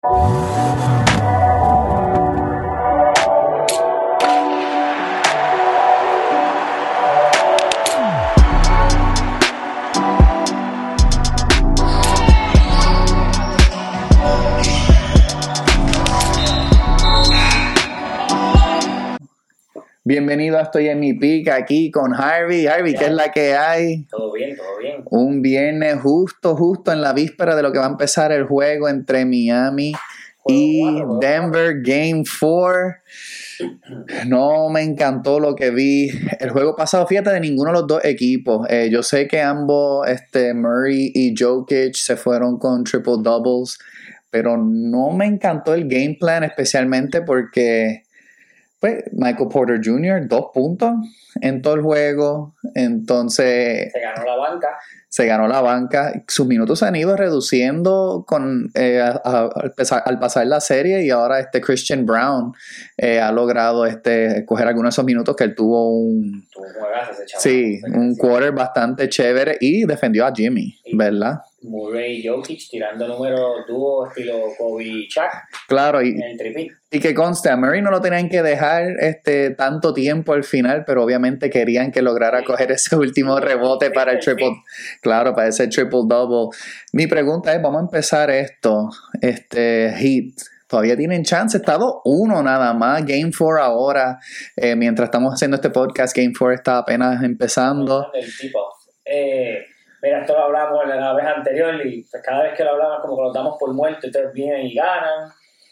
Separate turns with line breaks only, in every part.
Bienvenido a Estoy en mi pick aquí con Harvey. Harvey, ¿qué es la que hay?
Todo bien, todo bien.
Un viernes justo en la víspera de lo que va a empezar el juego entre Miami y Denver Game 4. No me encantó lo que vi el juego pasado, fíjate, de ninguno de los dos equipos. Yo sé que ambos, Murray y Jokic, se fueron con triple doubles, pero no me encantó el game plan, especialmente porque pues Michael Porter Jr., 2 puntos en todo el juego. Entonces
Se ganó la banca.
Sus minutos se han ido reduciendo al pasar la serie, y ahora Christian Brown ha logrado coger algunos de esos minutos que él tuvo un
juegazo ese chaval.
Sí, un quarter bastante chévere, y defendió a Jimmy, ¿verdad?
Murray y Jokic tirando números dúo estilo Kobe y Shaq.
Claro,
en el tripit.
Y que conste, a Murray no lo tenían que dejar tanto tiempo al final, pero obviamente querían que lograra coger ese último rebote para el triple, claro, para ese triple double. Mi pregunta es, vamos a empezar esto, Heat, ¿todavía tienen chance? Está 2-1 nada más, Game 4 ahora, mientras estamos haciendo este podcast, Game 4 está apenas empezando.
Mira, esto lo hablamos la vez anterior, y pues cada vez que lo hablamos como que lo damos por muerto, entonces vienen y ganan.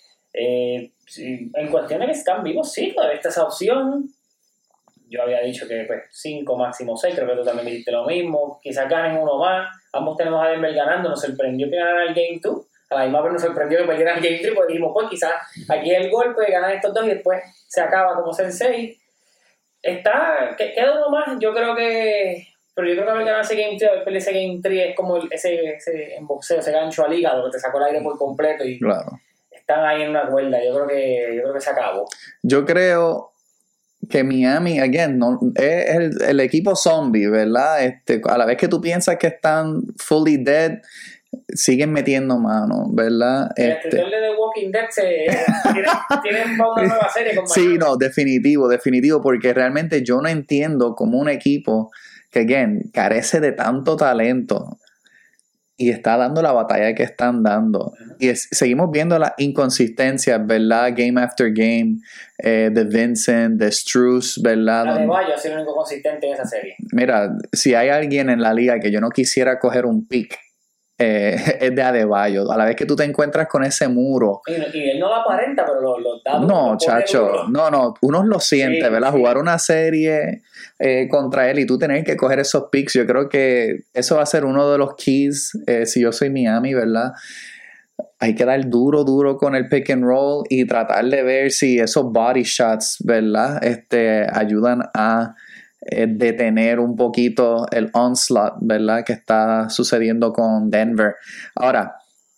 En cuestión de que están vivos, sí, todavía está esa opción. Yo había dicho que pues 5, máximo 6, creo que tú también dijiste lo mismo. Quizás ganen uno más. Ambos tenemos a Denver ganando. Nos sorprendió que ganara el Game 2. A la misma vez nos sorprendió que perdieran el Game 3, porque dijimos, pues quizás aquí es el golpe de ganar estos dos y después se acaba como ser 6. Queda uno más. Yo creo que haber ganado ese Game 3, haber perdido ese Game 3 es como ese en boxeo, ese gancho al hígado que te sacó el aire por completo y
claro,
están ahí en una cuerda. Yo creo que se acabó.
Yo creo que Miami, again, no, es el equipo zombie, ¿verdad? A la vez que tú piensas que están fully dead, siguen metiendo mano, ¿verdad?
El escritor de The Walking Dead tienen para una nueva serie con
Sí, no, definitivo, porque realmente yo no entiendo cómo un equipo que, again, carece de tanto talento y está dando la batalla que están dando. Y seguimos viendo las inconsistencias, ¿verdad? Game after game, de Vincent, de Strus, ¿verdad?
Adebayo ha sido el único consistente en esa serie.
Mira, si hay alguien en la liga que yo no quisiera coger un pick, es de Adebayo. A la vez que tú te encuentras con ese muro.
Y él no lo aparenta, pero los datos.
No, chacho, no, uno lo siente, sí, ¿verdad? Sí. Jugar una serie contra él y tú tener que coger esos picks, yo creo que eso va a ser uno de los keys, si yo soy Miami, ¿verdad? Hay que dar duro con el pick and roll y tratar de ver si esos body shots, ¿verdad? Ayudan a detener un poquito el onslaught, ¿verdad? Que está sucediendo con Denver. Ahora,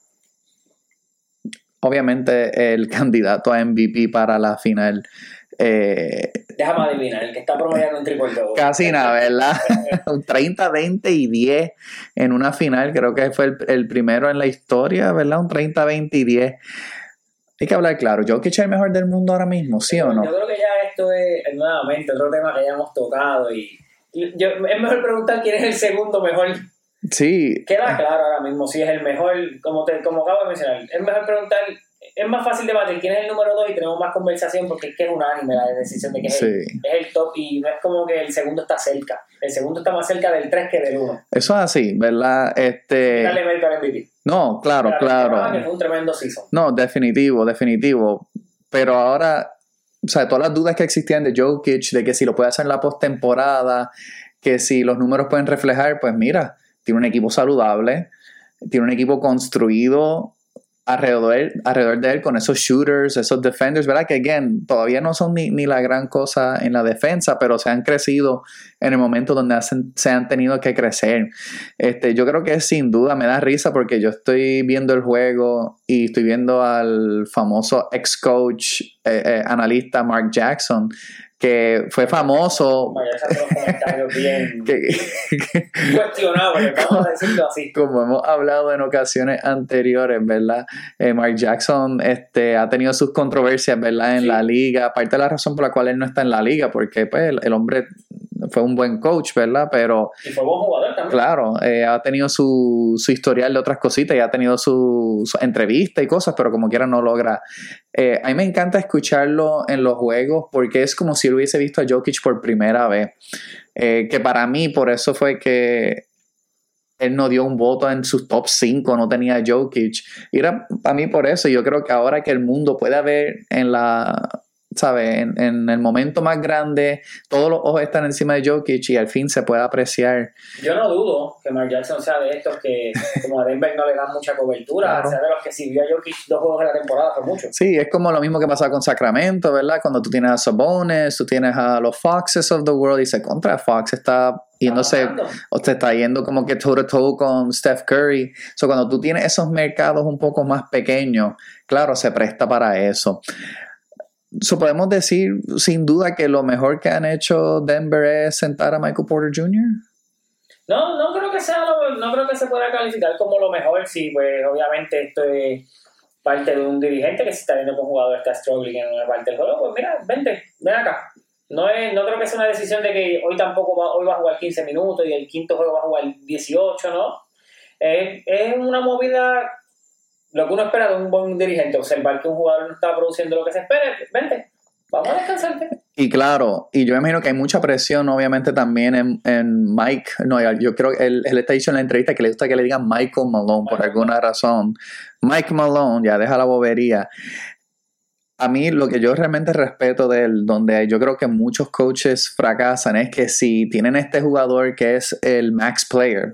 obviamente el candidato a MVP para la final.
Déjame adivinar, el que está promediando un triple double.
Casi nada, ¿verdad? Un 30, 20 y 10 en una final. Creo que fue el primero en la historia, ¿verdad? Un 30, 20 y 10. Hay que hablar claro. ¿Jokic es el mejor del mundo ahora mismo? ¿Sí o no?
Yo creo que ya esto es nuevamente otro tema que ya hemos tocado. Es mejor preguntar quién es el segundo mejor.
Sí.
Queda claro ahora mismo si es el mejor, como acabo de mencionar. Es mejor preguntar, es más fácil debatir quién es el número 2 y tenemos más conversación porque es que es unánime la decisión de que es el top, y no es como que el segundo está cerca. El segundo está más cerca del 3 que del 1.
Eso es así, ¿verdad?
Dale mérito al MVP.
No, claro.
Que fue un tremendo season.
No, definitivo. Pero ahora, o sea, todas las dudas que existían de Jokic, de que si lo puede hacer en la postemporada, que si los números pueden reflejar, pues mira, tiene un equipo saludable, tiene un equipo construido alrededor de él con esos shooters, esos defenders, ¿verdad? Que, again, todavía no son ni la gran cosa en la defensa, pero se han crecido en el momento donde se han tenido que crecer. Yo creo que sin duda me da risa porque yo estoy viendo el juego y estoy viendo al famoso ex-coach analista Mark Jackson que fue famoso.
Vaya, esos son los comentarios bien cuestionables, vamos a decirlo así.
Como hemos hablado en ocasiones anteriores, ¿verdad? Mark Jackson ha tenido sus controversias, ¿verdad? En la liga. Parte de la razón por la cual él no está en la liga, porque pues, el hombre fue un buen coach, ¿verdad? Pero...
Y fue buen jugador también.
Claro, ha tenido su historial de otras cositas y ha tenido su entrevista y cosas, pero como quiera no logra. A mí me encanta escucharlo en los juegos porque es como si él hubiese visto a Jokic por primera vez. Que para mí, por eso fue que él no dio un voto en sus top 5, no tenía a Jokic. Y era para mí por eso. Yo creo que ahora que el mundo puede ver en la... ¿sabes? En el momento más grande, todos los ojos están encima de Jokic y al fin se puede apreciar.
Yo no dudo que Mark Jackson sea de estos que, como a Denver no le dan mucha cobertura, claro. Sea de los que si vio a Jokic 2 juegos de la temporada fue mucho.
Sí, es como lo mismo que pasaba con Sacramento, ¿verdad? Cuando tú tienes a Sabonis, tú tienes a los Foxes of the world y se contra Fox está yéndose, o te está yendo como que toe to toe con Steph Curry. So, cuando tú tienes esos mercados un poco más pequeños, claro, se presta para eso. So, podemos decir sin duda que lo mejor que han hecho Denver es sentar a Michael Porter Jr.
No creo que no creo que se pueda calificar como lo mejor. Sí, pues obviamente esto es parte de un dirigente que se está viendo con un jugador que está struggling en una parte del juego. Pues mira, ven acá. No creo que sea una decisión de que hoy hoy va a jugar 15 minutos y el quinto juego va a jugar 18, ¿no? Es una movida. Lo que uno espera de un buen dirigente, observar que un jugador no está produciendo lo que se espera, vente, vamos a descansarte.
Y claro, y yo me imagino que hay mucha presión obviamente también en Mike, yo creo que él está diciendo en la entrevista que le gusta que le digan Michael Malone por alguna razón. Mike Malone, ya deja la bobería. A mí lo que yo realmente respeto de él, donde yo creo que muchos coaches fracasan, es que si tienen este jugador que es el max player,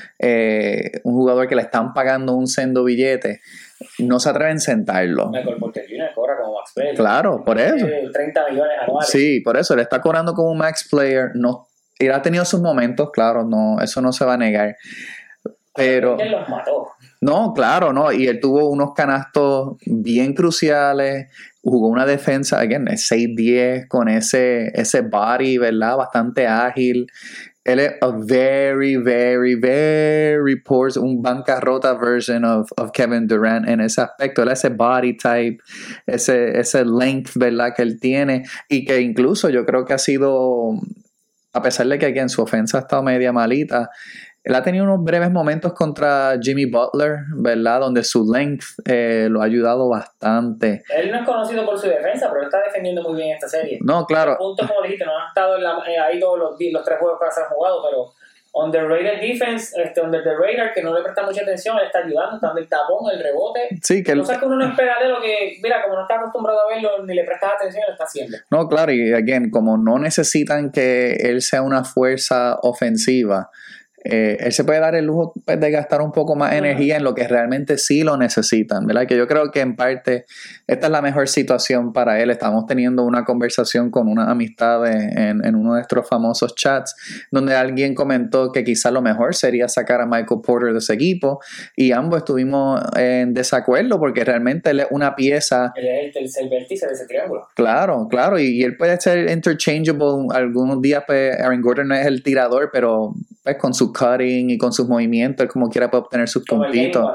un jugador que le están pagando un sendo billete, no se atreven a sentarlo.
Michael Porter Jr. cobra como max player.
Claro, por eso.
30 millones anuales.
Sí, por eso, le está cobrando como un max player. No, él ha tenido sus momentos, claro, no, eso no se va a negar. Pero...
él los mató.
No, claro, no. Y él tuvo unos canastos bien cruciales. Jugó una defensa, again, 6'10", con ese body, ¿verdad? Bastante ágil. Él es a very, very, very poor, un bancarrota version of Kevin Durant en ese aspecto. Él es ese body type, ese length, ¿verdad? Que él tiene. Y que incluso yo creo que ha sido, a pesar de que aquí en su ofensa ha estado media malita, él ha tenido unos breves momentos contra Jimmy Butler, ¿verdad? Donde su length lo ha ayudado bastante.
Él no es conocido por su defensa, pero él está defendiendo muy bien esta serie.
No, claro.
El punto, como dijiste, no han estado ahí todos los 3 juegos que se han jugado, pero underrated defense, under the radar, que no le presta mucha atención, él está ayudando, está dando el tapón, el rebote.
Sí, que
cosas que uno no espera de lo que, mira, como no está acostumbrado a verlo, ni le prestas atención, lo está haciendo.
No, claro, y again, como no necesitan que él sea una fuerza ofensiva, él se puede dar el lujo de gastar un poco más energía en lo que realmente sí lo necesitan, ¿verdad? Que yo creo que en parte esta es la mejor situación para él. Estamos teniendo una conversación con unas amistades en uno de nuestros famosos chats donde alguien comentó que quizás lo mejor sería sacar a Michael Porter de ese equipo y ambos estuvimos en desacuerdo porque realmente él es una pieza.
Él es el vértice de ese triángulo.
Claro, y él puede ser interchangeable. Algunos días pues Aaron Gordon no es el tirador, pero pues con su cutting y con sus movimientos, él como quiera puede obtener sus puntitos.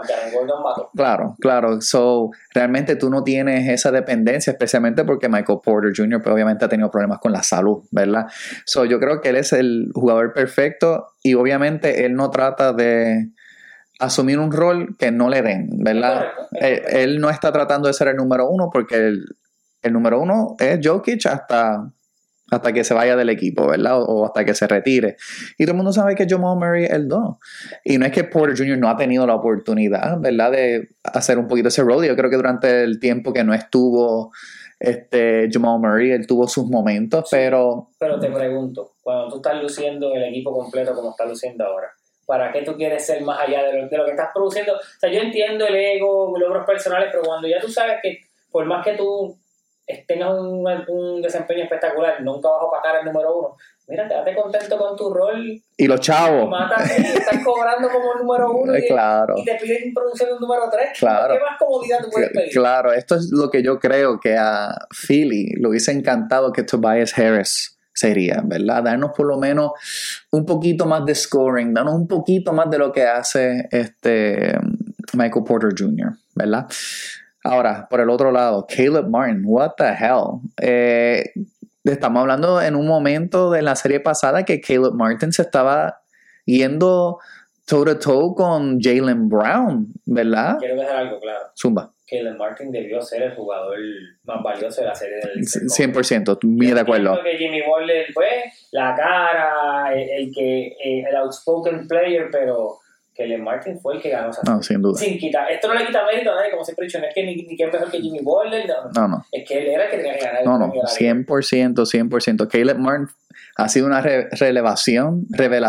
Claro. So, realmente tú no tienes esa dependencia, especialmente porque Michael Porter Jr. pues, obviamente ha tenido problemas con la salud, ¿verdad? So, yo creo que él es el jugador perfecto y obviamente él no trata de asumir un rol que no le den, ¿verdad? Él no está tratando de ser el número 1 porque el número 1 es Jokic hasta que se vaya del equipo, ¿verdad? O hasta que se retire. Y todo el mundo sabe que Jamal Murray es el 2. Y no es que Porter Jr. no ha tenido la oportunidad, ¿verdad? De hacer un poquito ese rol. Yo creo que durante el tiempo que no estuvo Jamal Murray, él tuvo sus momentos, sí, pero
te pregunto, cuando tú estás luciendo el equipo completo como estás luciendo ahora, ¿para qué tú quieres ser más allá de lo que estás produciendo? O sea, yo entiendo el ego, logros personales, pero cuando ya tú sabes que por más que tú tengas un desempeño espectacular, nunca vas a opacar el número 1. Mira, quédate contento con tu rol.
Y los chavos.
Mátate, estás cobrando como el número 1
claro.
y te piden producción de un número 3.
Claro.
¿Qué más comodidad tú puedes pedir?
Claro, esto es lo que yo creo que a Philly le hubiese encantado que Tobias Harris sería, ¿verdad? Darnos por lo menos un poquito más de scoring, darnos un poquito más de lo que hace Michael Porter Jr., ¿verdad? Ahora, por el otro lado, Caleb Martin, what the hell? Estamos hablando en un momento de la serie pasada que Caleb Martin se estaba yendo toe-to-toe con Jaylen Brown, ¿verdad?
Quiero dejar algo claro.
Zumba.
Caleb Martin debió ser el jugador más valioso de la serie del
100%, muy de acuerdo.
Que Jimmy Butler fue la cara, el outspoken player, pero Caleb Martin fue el que ganó esa serie.
No, sin duda.
Sin quitar, esto no le quita mérito a nadie, como siempre he dicho, no es que ni que es mejor que Jimmy Butler,
no.
Es que él era el que tenía que ganar.
No, 100%. Caleb Martin ha sido una revelación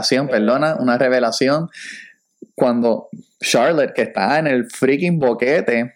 cuando Charlotte, que está en el freaking boquete,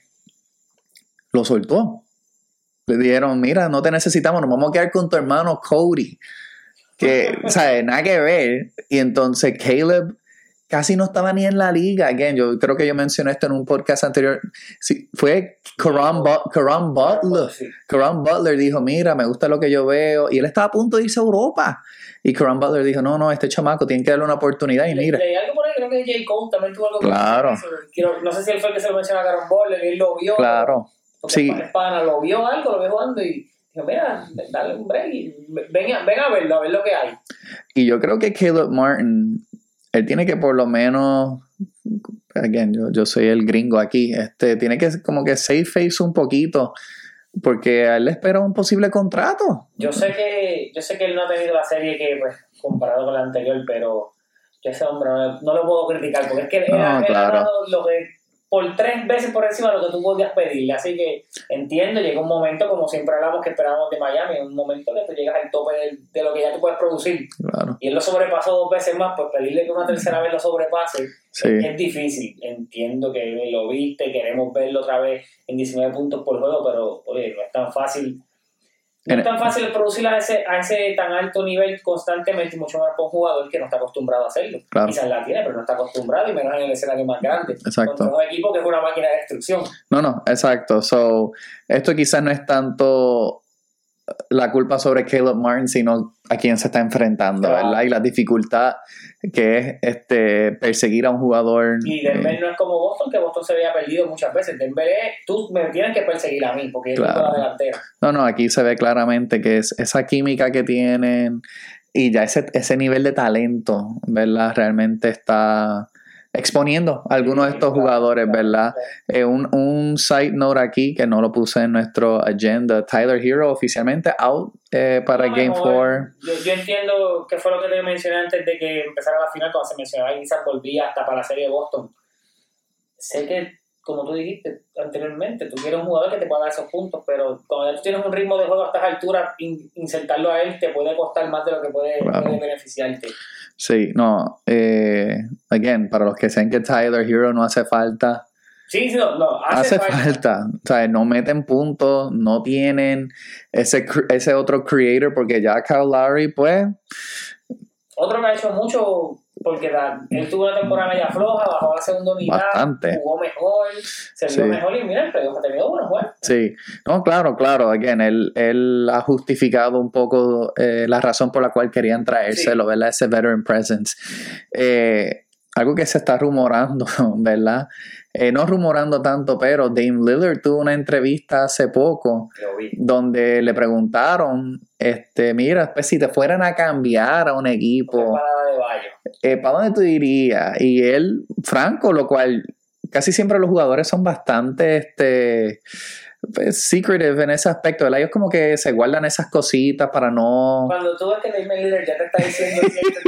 lo soltó. Le dijeron, mira, no te necesitamos, nos vamos a quedar con tu hermano Cody. Que, o sea, nada que ver. Y entonces Caleb casi no estaba ni en la liga. Again, yo creo que yo mencioné esto en un podcast anterior. Sí, fue Caron Butler.
Sí.
Caron Butler dijo, mira, me gusta lo que yo veo. Y él estaba a punto de irse a Europa. Y Caron Butler dijo, no, este chamaco tiene que darle una oportunidad. Y mira.
Leí algo por ahí, creo que J. Cole también tuvo algo.
Claro.
No sé si él fue el que se lo mencionó a Caron Butler y él lo vio.
Claro.
Porque
sí.
el pana lo vio algo, lo vio jugando y dijo, mira, dale un break y ven a verlo, a ver lo que hay.
Y yo creo que Caleb Martin, él tiene que por lo menos, again, yo soy el gringo aquí, tiene que como que save face un poquito, porque a él le espera un posible contrato.
Yo sé que él no ha tenido la serie que, pues, comparado con la anterior, pero yo ese hombre no lo puedo criticar, porque es que él ha dado lo que por 3 veces por encima de lo que tú podías pedirle, así que entiendo, llega un momento, como siempre hablamos que esperábamos de Miami, un momento que tú llegas al tope de lo que ya tú puedes producir,
claro.
Y él lo sobrepasó 2 veces más, pues pedirle que una tercera vez lo sobrepase es difícil. Entiendo que lo viste, queremos verlo otra vez en 19 puntos por juego, pero oye, no es tan fácil. No es tan fácil producir a ese tan alto nivel constantemente, y mucho más por un jugador que no está acostumbrado a hacerlo.
Claro.
Quizás la tiene, pero no está acostumbrado, y menos en el escenario más grande.
Exacto.
Contra un equipo que es una máquina de destrucción.
No, exacto. So, esto quizás no es tanto la culpa sobre Caleb Martin, sino a quién se está enfrentando, claro. ¿Verdad? Y la dificultad que es perseguir a un jugador.
Y Denver no es como Boston, que Boston se había perdido muchas veces. Denver tú me tienes que perseguir a mí, porque
claro.
Yo tengo la delantera.
No, aquí se ve claramente que es esa química que tienen y ya ese nivel de talento, ¿verdad? Realmente está exponiendo a algunos de estos jugadores, ¿verdad? Un side note aquí que no lo puse en nuestro agenda. Tyler Hero oficialmente out para Game 4.
Yo entiendo que fue lo que te mencioné antes de que empezara la final, cuando se mencionaba y quizás volvía hasta para la serie de Boston. Sé que, como tú dijiste anteriormente, tú quieres un jugador que te pueda dar esos puntos, pero cuando tú tienes un ritmo de juego a estas alturas, insertarlo a él te puede costar más de lo que puede beneficiarte.
Sí, no. Again, para los que saben que Tyler Hero no hace falta.
Sí, no hace falta.
O sea, no meten puntos, no tienen ese otro creator, porque ya Kyle Lowry, pues.
Otro que ha hecho mucho, porque él tuvo una temporada media floja, bajó a la segunda unidad,
bastante.
Jugó mejor, se vio mejor y mira, el playoff ha tenido buenos juegos.
Sí, no, claro. Again, él ha justificado un poco la razón por la cual querían traérselo, ¿verdad? Ese veteran presence. Algo que se está rumorando, ¿verdad? No rumorando tanto, pero Dame Lillard tuvo una entrevista hace poco donde le preguntaron, mira, pues si te fueran a cambiar a un equipo, ¿para dónde tú irías? Y él, franco, lo cual casi siempre los jugadores son bastante secretive en ese aspecto, ¿verdad? Ellos como que se guardan esas cositas para no...
Cuando tú ves que Dame Lillard ya te está diciendo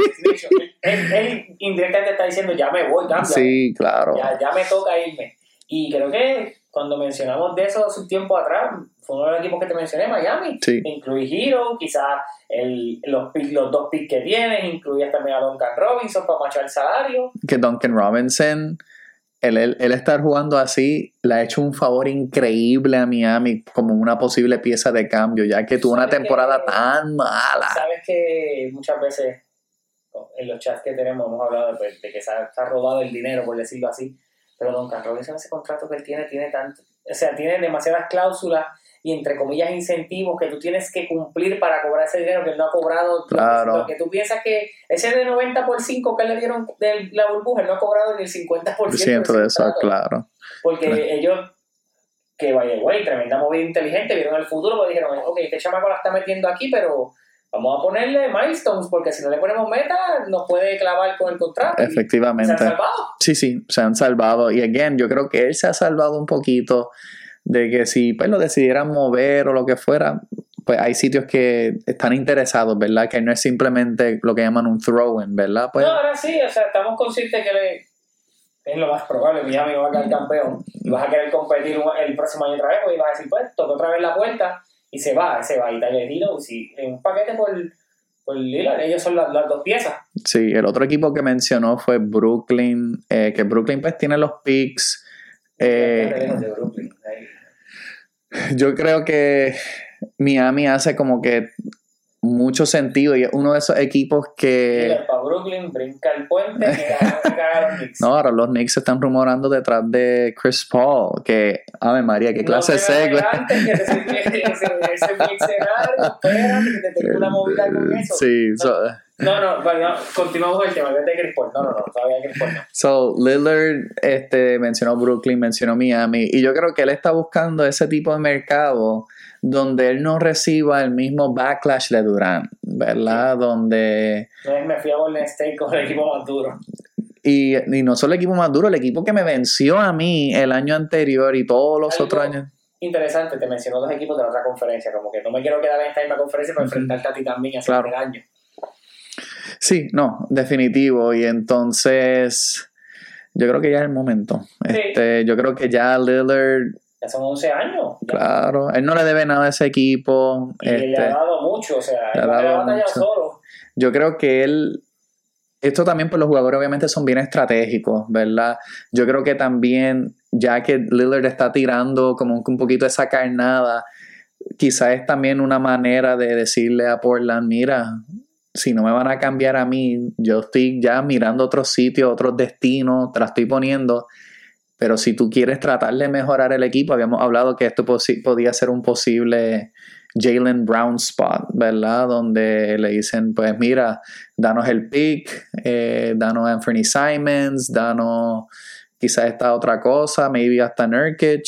él indirectamente está diciendo ya me voy, cambia.
Sí, claro.
Ya me toca irme. Y creo que cuando mencionamos de eso hace un tiempo atrás, fue uno de los equipos que te mencioné, Miami.
Sí.
Incluye Hero, quizás los 2 picks que tienes, incluyes también a Duncan Robinson para machar el salario.
Que Duncan Robinson él estar jugando así le ha hecho un favor increíble a Miami como una posible pieza de cambio, ya que tuvo una temporada tan mala.
Sabes que muchas veces en los chats que tenemos hemos hablado de que se ha robado el dinero, por decirlo así, pero Duncan Robinson, ese contrato que él tiene tanto, o sea, tiene demasiadas cláusulas y entre comillas incentivos que tú tienes que cumplir para cobrar ese dinero que él no ha cobrado.
Claro.
Lo que tú piensas que ese de 90 por 5 que le dieron de la burbuja, él no ha cobrado ni el 50%
de eso, claro.
Porque
claro.
Ellos, que by the way, tremenda movida inteligente, vieron el futuro, pues dijeron, ok, este chamaco la está metiendo aquí, pero vamos a ponerle milestones, porque si no le ponemos meta, nos puede clavar con el contrato.
Efectivamente.
¿Se han salvado?
Sí, se han salvado. Y again, yo creo que él se ha salvado un poquito de que si pues lo decidieran mover o lo que fuera, pues hay sitios que están interesados, ¿verdad? Que no es simplemente lo que llaman un throw-in, ¿verdad? Pues,
no, ahora sí, o sea, estamos conscientes que es lo más probable, Miami no va a quedar campeón y vas a querer competir el próximo año otra vez, pues, y vas a decir, pues, toca otra vez la puerta y se va, y Tyler Hero, si en un paquete por Lillard, ellos son las dos piezas.
Sí, el otro equipo que mencionó fue Brooklyn, que Brooklyn pues tiene los picks.
De Brooklyn,
yo creo que Miami hace como que mucho sentido y es uno de esos equipos que...
Lillard para Brooklyn, brinca el puente y caga a los Knicks.
No, ahora los Knicks se están rumorando detrás de Chris Paul, que, ave María, qué clase de segue.
Antes que ese escenario, espérate que te tengo una movida con eso.
Sí,
no, continuamos el tema, vete de Chris Paul. No, todavía Chris Paul no.
So, Lillard mencionó Brooklyn, mencionó Miami, y yo creo que él está buscando ese tipo de mercado donde él no reciba el mismo backlash de Durant, ¿verdad? Sí. Donde...
Me fui a Golden State con el equipo más duro.
Y no solo el equipo más duro, el equipo que me venció a mí el año anterior y todos los otros años.
Interesante, te mencionó dos equipos de la otra conferencia, como que no me quiero quedar en esta misma conferencia para enfrentarte a ti también y hacerte daño.
Sí, no, definitivo. Y entonces, yo creo que ya es el momento. Sí. Yo creo que ya Lillard...
Ya son 11 años.
Claro, él no le debe nada a ese equipo.
Y le ha dado mucho, o sea, él ha batallado solo.
Yo creo que él... Esto también, pues los jugadores obviamente son bien estratégicos, ¿verdad? Yo creo que también, ya que Lillard está tirando como un poquito esa carnada, quizás es también una manera de decirle a Portland, mira, si no me van a cambiar a mí, yo estoy ya mirando otros sitios, otros destinos, te la estoy poniendo, pero si tú quieres tratar de mejorar el equipo, habíamos hablado que esto podía ser un posible Jaylen Brown spot, ¿verdad? Donde le dicen, pues mira, danos el pick, danos Anthony Simons, danos quizás esta otra cosa, maybe hasta Nurkic,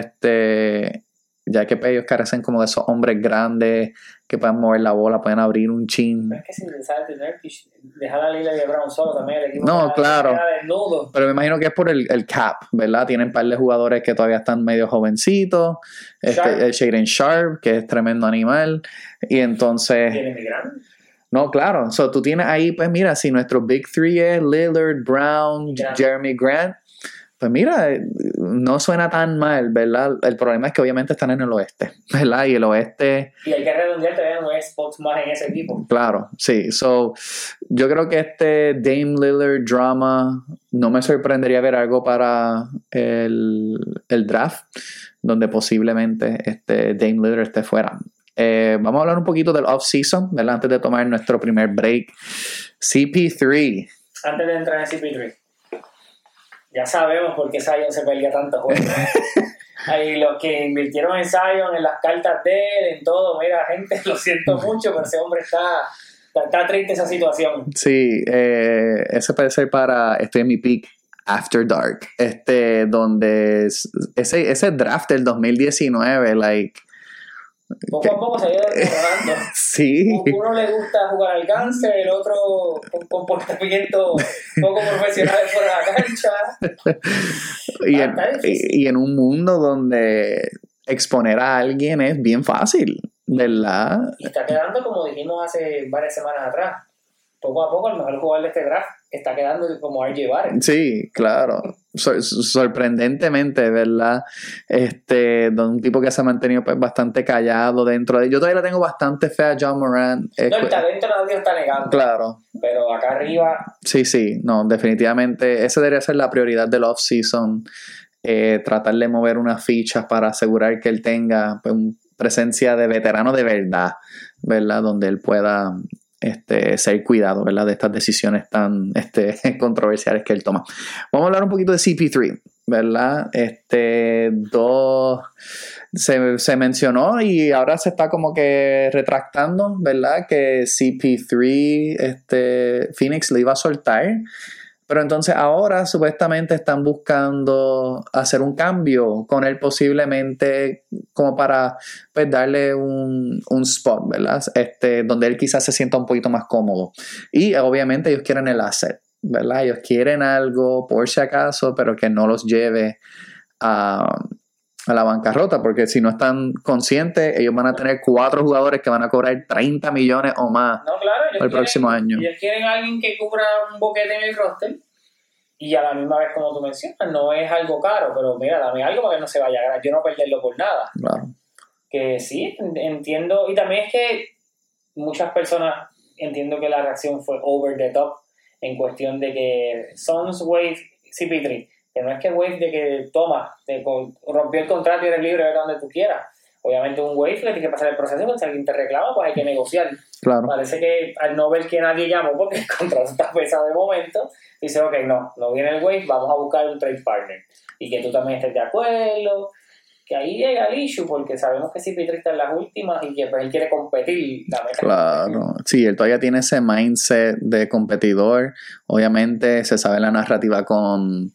ya que ellos carecen como de esos hombres grandes que pueden mover la bola, pueden abrir un chin.
Es que si le sale de Nurkic, dejar a Lillard y Brown solo también, el equipo
no, claro,
desnudo.
Pero me imagino que es por el cap, ¿verdad? Tienen un par de jugadores que todavía están medio jovencitos, Shaedon Sharpe, que es tremendo animal, y entonces...
¿Tiene Grant?
No, claro, so, tú tienes ahí, pues mira, si nuestro Big Three es Lillard, Brown, Jeremy Grant, pues mira, no suena tan mal, ¿verdad? El problema es que obviamente están en el oeste, ¿verdad? Y el oeste...
Y hay que redondear todavía no es spots más en ese equipo.
Claro, sí. So, yo creo que Dame Lillard drama no me sorprendería ver algo para el draft, donde posiblemente Dame Lillard esté fuera. Vamos a hablar un poquito del off-season, ¿verdad? Antes de tomar nuestro primer break. CP3.
Antes de entrar en CP3. Ya sabemos por qué Zion se perdía tantos juegos. Ahí los que invirtieron en Zion, en las cartas de él, en todo, mira, gente, lo siento mucho, pero ese hombre está triste esa situación.
Sí, ese puede ser estoy en mi peak After Dark, donde ese draft del 2019, like...
Poco a poco se ha ido mejorando.
Sí.
Uno le gusta jugar al cáncer, el otro con comportamiento poco profesional fuera de la cancha.
Y en un mundo donde exponer a alguien es bien fácil, ¿verdad?
Y está quedando, como dijimos hace varias semanas atrás, poco a poco el mejor jugador de este draft está quedando como RJ Barrett.
Sí, claro. sorprendentemente, ¿verdad? De un tipo que se ha mantenido pues, bastante callado dentro de... Yo todavía le tengo bastante fe a John Morant.
No, el talento nadie está negando.
Claro.
Pero acá arriba...
Sí, no, definitivamente esa debería ser la prioridad del off-season. Tratar de mover unas fichas para asegurar que él tenga pues, presencia de veterano de verdad, ¿verdad? Donde él pueda ser cuidado, ¿verdad? De estas decisiones tan controversiales que él toma. Vamos a hablar un poquito de CP3, ¿verdad? Se mencionó y ahora se está como que retractando, ¿verdad? Que CP3 Phoenix le iba a soltar. Pero entonces ahora supuestamente están buscando hacer un cambio con él posiblemente como para pues, darle un spot, ¿verdad? Donde él quizás se sienta un poquito más cómodo. Y obviamente ellos quieren el asset, ¿verdad? Ellos quieren algo por si acaso, pero que no los lleve a la bancarrota, porque si no están conscientes, ellos van a tener 4 jugadores que van a cobrar 30 millones o más el próximo año.
Ellos quieren a alguien que cubra un boquete en el roster y a la misma vez, como tú mencionas, no es algo caro, pero mira, dame algo para que no se vaya a ganar, yo no perderlo por nada.
Claro.
Que sí, entiendo, y también es que muchas personas entiendo que la reacción fue over the top en cuestión de que Suns Wave CP3, que no es que Wave de que toma, rompió el contrato y eres libre de donde tú quieras. Obviamente un Wave le tiene que pasar el proceso, pues si alguien te reclama, pues hay que negociar.
Claro.
Parece que al no ver que nadie llamó, porque el contrato está pesado de momento, dice, ok, no viene el Wave, vamos a buscar un trade partner. Y que tú también estés de acuerdo, que ahí llega el issue, porque sabemos que CP3 está en las últimas y que pues, él quiere competir.
Claro, sí, él todavía tiene ese mindset de competidor. Obviamente se sabe la narrativa con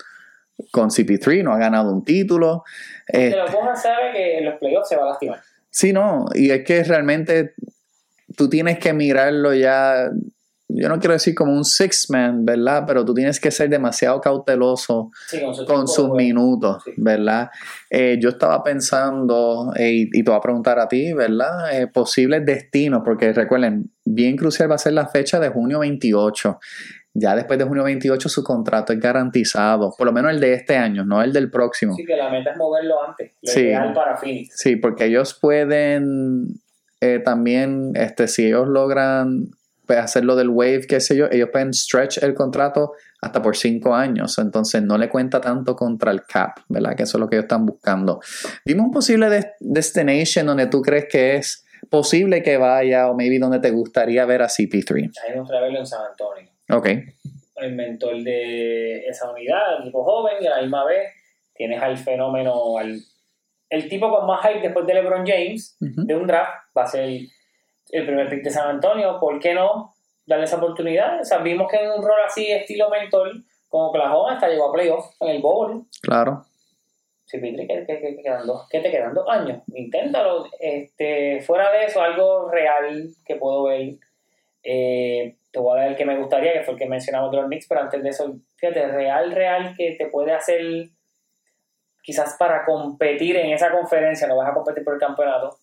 CP3, no ha ganado un título.
Pero Bojan sabe que en los playoffs se va a lastimar.
Sí, no, y es que realmente tú tienes que mirarlo ya, yo no quiero decir como un six-man, ¿verdad? Pero tú tienes que ser demasiado cauteloso con sus minutos, sí. ¿Verdad? Yo estaba pensando, y te voy a preguntar a ti, ¿verdad? Posibles destinos, porque recuerden, bien crucial va a ser la fecha de junio 28. Ya después de junio 28 su contrato es garantizado, por lo menos el de este año, no el del próximo.
Sí, que la meta es moverlo antes, lo ideal para Phoenix.
Sí, porque ellos pueden también, si ellos logran pues, hacerlo del wave, qué sé yo, ellos pueden stretch el contrato hasta por 5 años, entonces no le cuenta tanto contra el cap, ¿verdad? Que eso es lo que ellos están buscando. Dime un posible destination donde tú crees que es posible que vaya o maybe donde te gustaría ver a CP3.
A mí me gustaría verlo en San Antonio.
Ok.
El mentor de esa unidad, el equipo joven, y a la misma vez tienes al fenómeno, el tipo con más hype después de LeBron James, de un draft, va a ser el primer pick de San Antonio. ¿Por qué no darle esa oportunidad? O sea, vimos que en un rol así, estilo mentor, como Oklahoma, hasta llegó a playoff en el bowl.
Claro.
Sí, Pitri, ¿qué te quedan 2 años? Inténtalo. Fuera de eso, algo real que puedo ver. Te voy a dar el que me gustaría, que fue el que mencionamos de los Knicks, pero antes de eso, fíjate, real que te puede hacer quizás para competir en esa conferencia, no vas a competir por el campeonato.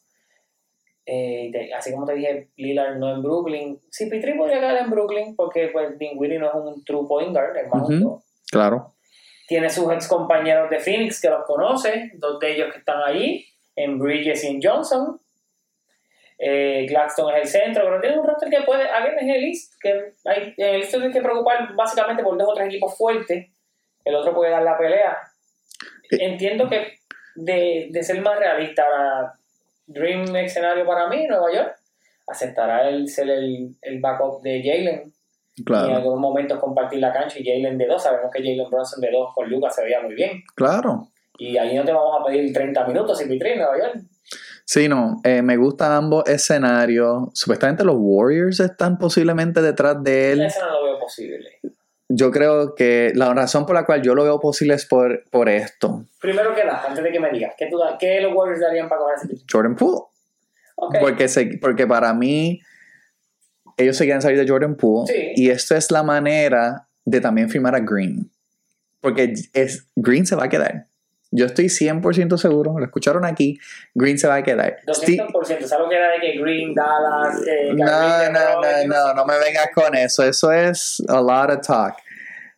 Así como te dije, Lillard no en Brooklyn. Sí, Pitri podría quedar en Brooklyn porque pues Dinwiddie no es un true point guard, es más justo.
Claro.
Tiene sus ex compañeros de Phoenix que los conoce, 2 de ellos que están allí, en Bridges y en Johnson. Claxton es el centro, pero tiene un roster que puede, alguien es el East, que hay, en el East tienes que preocupar básicamente por 2 o 3 equipos fuertes, el otro puede dar la pelea. Entiendo que de ser más realista, Dream escenario para mí, Nueva York, aceptará ser el backup de Jalen.
Claro.
Y en algunos momentos compartir la cancha y Jalen de 2, sabemos que Jalen Brunson de 2 con Lucas se veía muy bien.
Claro.
Y ahí no te vamos a pedir 30 minutos sin Pitri en Nueva York.
Sí, no, me gustan ambos escenarios. Supuestamente los Warriors están posiblemente detrás de él.
Eso no lo veo posible.
Yo creo que la razón por la cual yo lo veo posible es por esto.
Primero que nada, antes de que me digas, ¿qué los Warriors darían para coger ese tipo?
Jordan Poole.
Okay.
Porque para mí, ellos se quieren salir de Jordan Poole.
Sí.
Y esto es la manera de también firmar a Green. Porque Green se va a quedar. Yo estoy 100% seguro, lo escucharon aquí, Green se va a quedar.
200%, ¿sabes lo que era de que Green, Dallas,
no me vengas con eso. Eso es a lot of talk.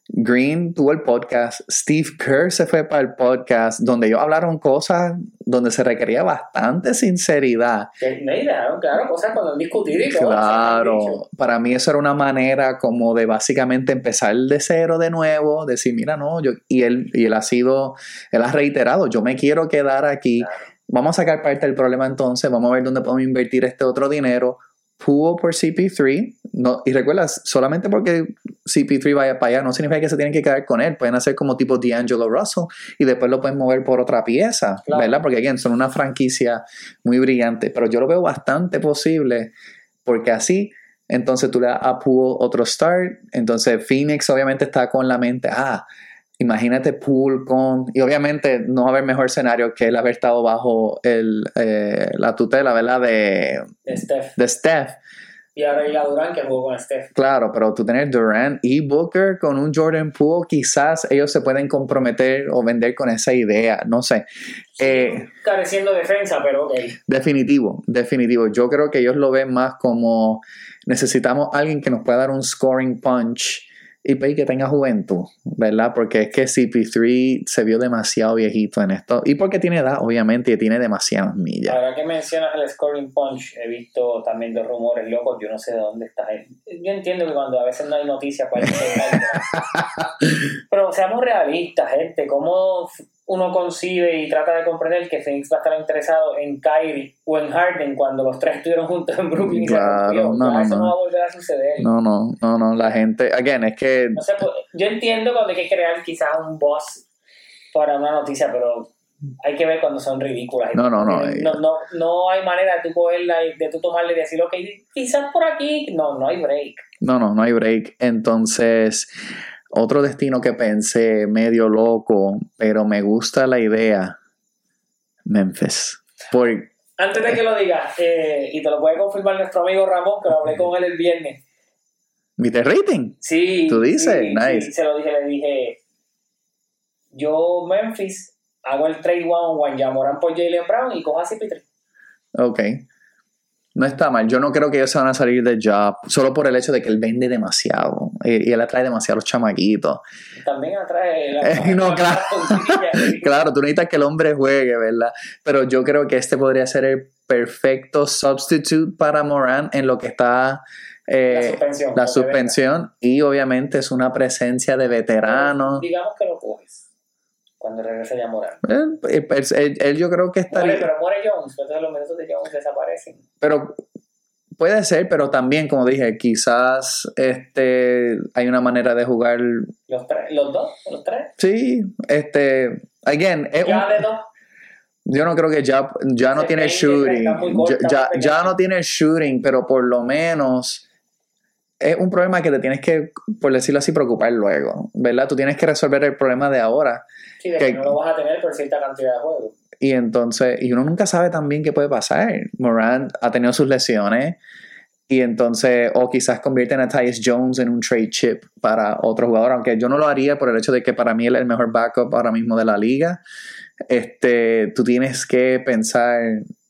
Green tuvo el podcast, Steve Kerr se fue para el podcast, donde ellos hablaron cosas donde se requería bastante sinceridad.
No, y dejaron claro cosas cuando han discutido y todo.
Claro, para mí eso era una manera como de básicamente empezar de cero de nuevo, decir, mira, no, y él ha reiterado, yo me quiero quedar aquí,
Claro.
vamos a sacar parte del problema entonces, vamos a ver dónde podemos invertir este otro dinero. Pool por CP3, no, y recuerda, solamente porque CP3 vaya para allá no significa que se tienen que quedar con él, pueden hacer como tipo D'Angelo Russell y después lo pueden mover por otra pieza,
claro,
¿verdad? Porque again, son una franquicia muy brillante, pero yo lo veo bastante posible porque así, entonces tú le das a Poole otro start, entonces Phoenix obviamente está con la mente, imagínate Poole y obviamente no va a haber mejor escenario que él haber estado bajo la tutela, ¿verdad? De Steph.
Y ahora llega Durant que jugó con Steph.
Claro, pero tú tener Durant y Booker con un Jordan Poole, quizás ellos se pueden comprometer o vender con esa idea, no sé.
Careciendo defensa, pero ok.
Definitivo. Yo creo que ellos lo ven más como necesitamos alguien que nos pueda dar un scoring punch y que tenga juventud, ¿verdad? Porque es que CP3 se vio demasiado viejito en esto. Y porque tiene edad, obviamente, y tiene demasiadas millas.
Ahora que mencionas el scoring punch, he visto también dos rumores locos, yo no sé de dónde está. Yo entiendo que cuando a veces no hay noticias para pero seamos realistas, gente. ¿Cómo uno concibe y trata de comprender que Phoenix va a estar interesado en Kyrie o en Harden cuando los tres estuvieron juntos en Brooklyn?
Claro,
eso no va a volver a suceder.
No, la gente, again, es que...
No sé, pues, yo entiendo cuando hay que crear quizás un buzz para una noticia, pero hay que ver cuando son ridículas.
No
hay manera de tú cogerla, de tú tomarle y decir, ok, quizás por aquí, no hay break.
No hay break. Entonces, otro destino que pensé, medio loco, pero me gusta la idea, Memphis.
Antes de que lo digas, y te lo puede confirmar nuestro amigo Ramón, que lo hablé con él el viernes.
¿Viste rating?
Sí.
¿Tú dices?
Sí,
nice.
Sí, se lo dije, le dije, yo Memphis hago el trade one Jamoran por Jaylen Brown y cojo a CP3.
Ok. No está mal. Yo no creo que ellos se van a salir del job solo por el hecho de que él vende demasiado y él atrae demasiados chamaquitos.
También atrae
claro, tú necesitas que el hombre juegue, ¿verdad? Pero yo creo que este podría ser el perfecto substitute para Morant en lo que está la suspensión y obviamente es una presencia de veterano.
Digamos que lo coges cuando regrese ya Morant.
Él yo creo que estaría...
Pero muere Jones, entonces los minutos de Jones desaparecen.
Pero puede ser, pero también, como dije, quizás hay una manera de jugar...
¿Los tres?
Sí, again...
de dos.
Yo no creo que ya no tiene shooting. Ya no tiene shooting, pero por lo menos... Es un problema que te tienes que, por decirlo así, preocupar luego, ¿verdad? Tú tienes que resolver el problema de ahora.
Sí, de que no lo vas a tener por cierta cantidad de juegos.
Y entonces, uno nunca sabe también qué puede pasar. Morant ha tenido sus lesiones y entonces, o quizás convierten a Tyus Jones en un trade chip para otro jugador, aunque yo no lo haría por el hecho de que para mí él es el mejor backup ahora mismo de la liga. Tú tienes que pensar,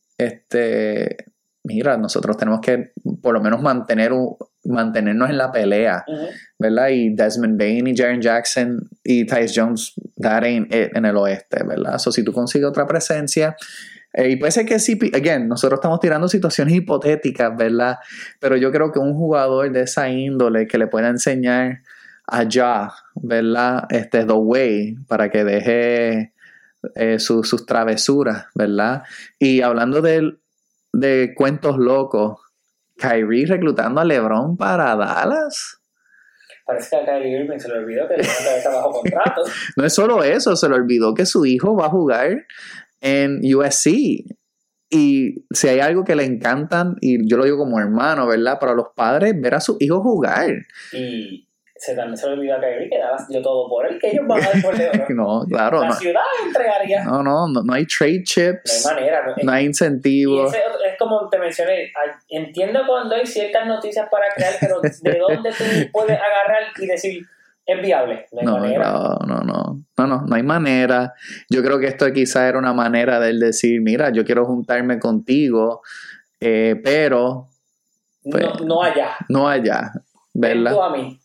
mira, nosotros tenemos que por lo menos mantenernos en la pelea, ¿verdad? Y Desmond Bain y Jaren Jackson y Tyus Jones, that ain't it en el oeste, ¿verdad? So, si tú consigues otra presencia, y puede ser que sí, again, nosotros estamos tirando situaciones hipotéticas, ¿verdad? Pero yo creo que un jugador de esa índole que le pueda enseñar a Ja, ¿verdad? The way, para que deje sus travesuras, ¿verdad? Y hablando de cuentos locos, Kyrie reclutando a LeBron para Dallas.
Parece que a Kyrie Irving se le olvidó que LeBron está bajo contrato.
No es solo eso, se le olvidó que su hijo va a jugar en USC. Y si hay algo que le encantan, y yo lo digo como hermano, ¿verdad? Para los padres, ver a sus hijos jugar.
Y también se le olvidó a Kyrie que Dallas dio todo por él, que ellos van a ir por LeBron.
No, claro.
La ciudad entregaría.
No hay trade chips.
No hay manera.
No hay incentivos.
Y es como te mencioné, entiendo cuando hay ciertas noticias para crear, pero ¿de dónde tú puedes agarrar y decir es viable? No hay manera.
No hay manera. Yo creo que esto quizá era una manera de él decir, mira, yo quiero juntarme contigo, pero...
Pues, no allá.
No allá, ¿verdad?
Ven tú a mí.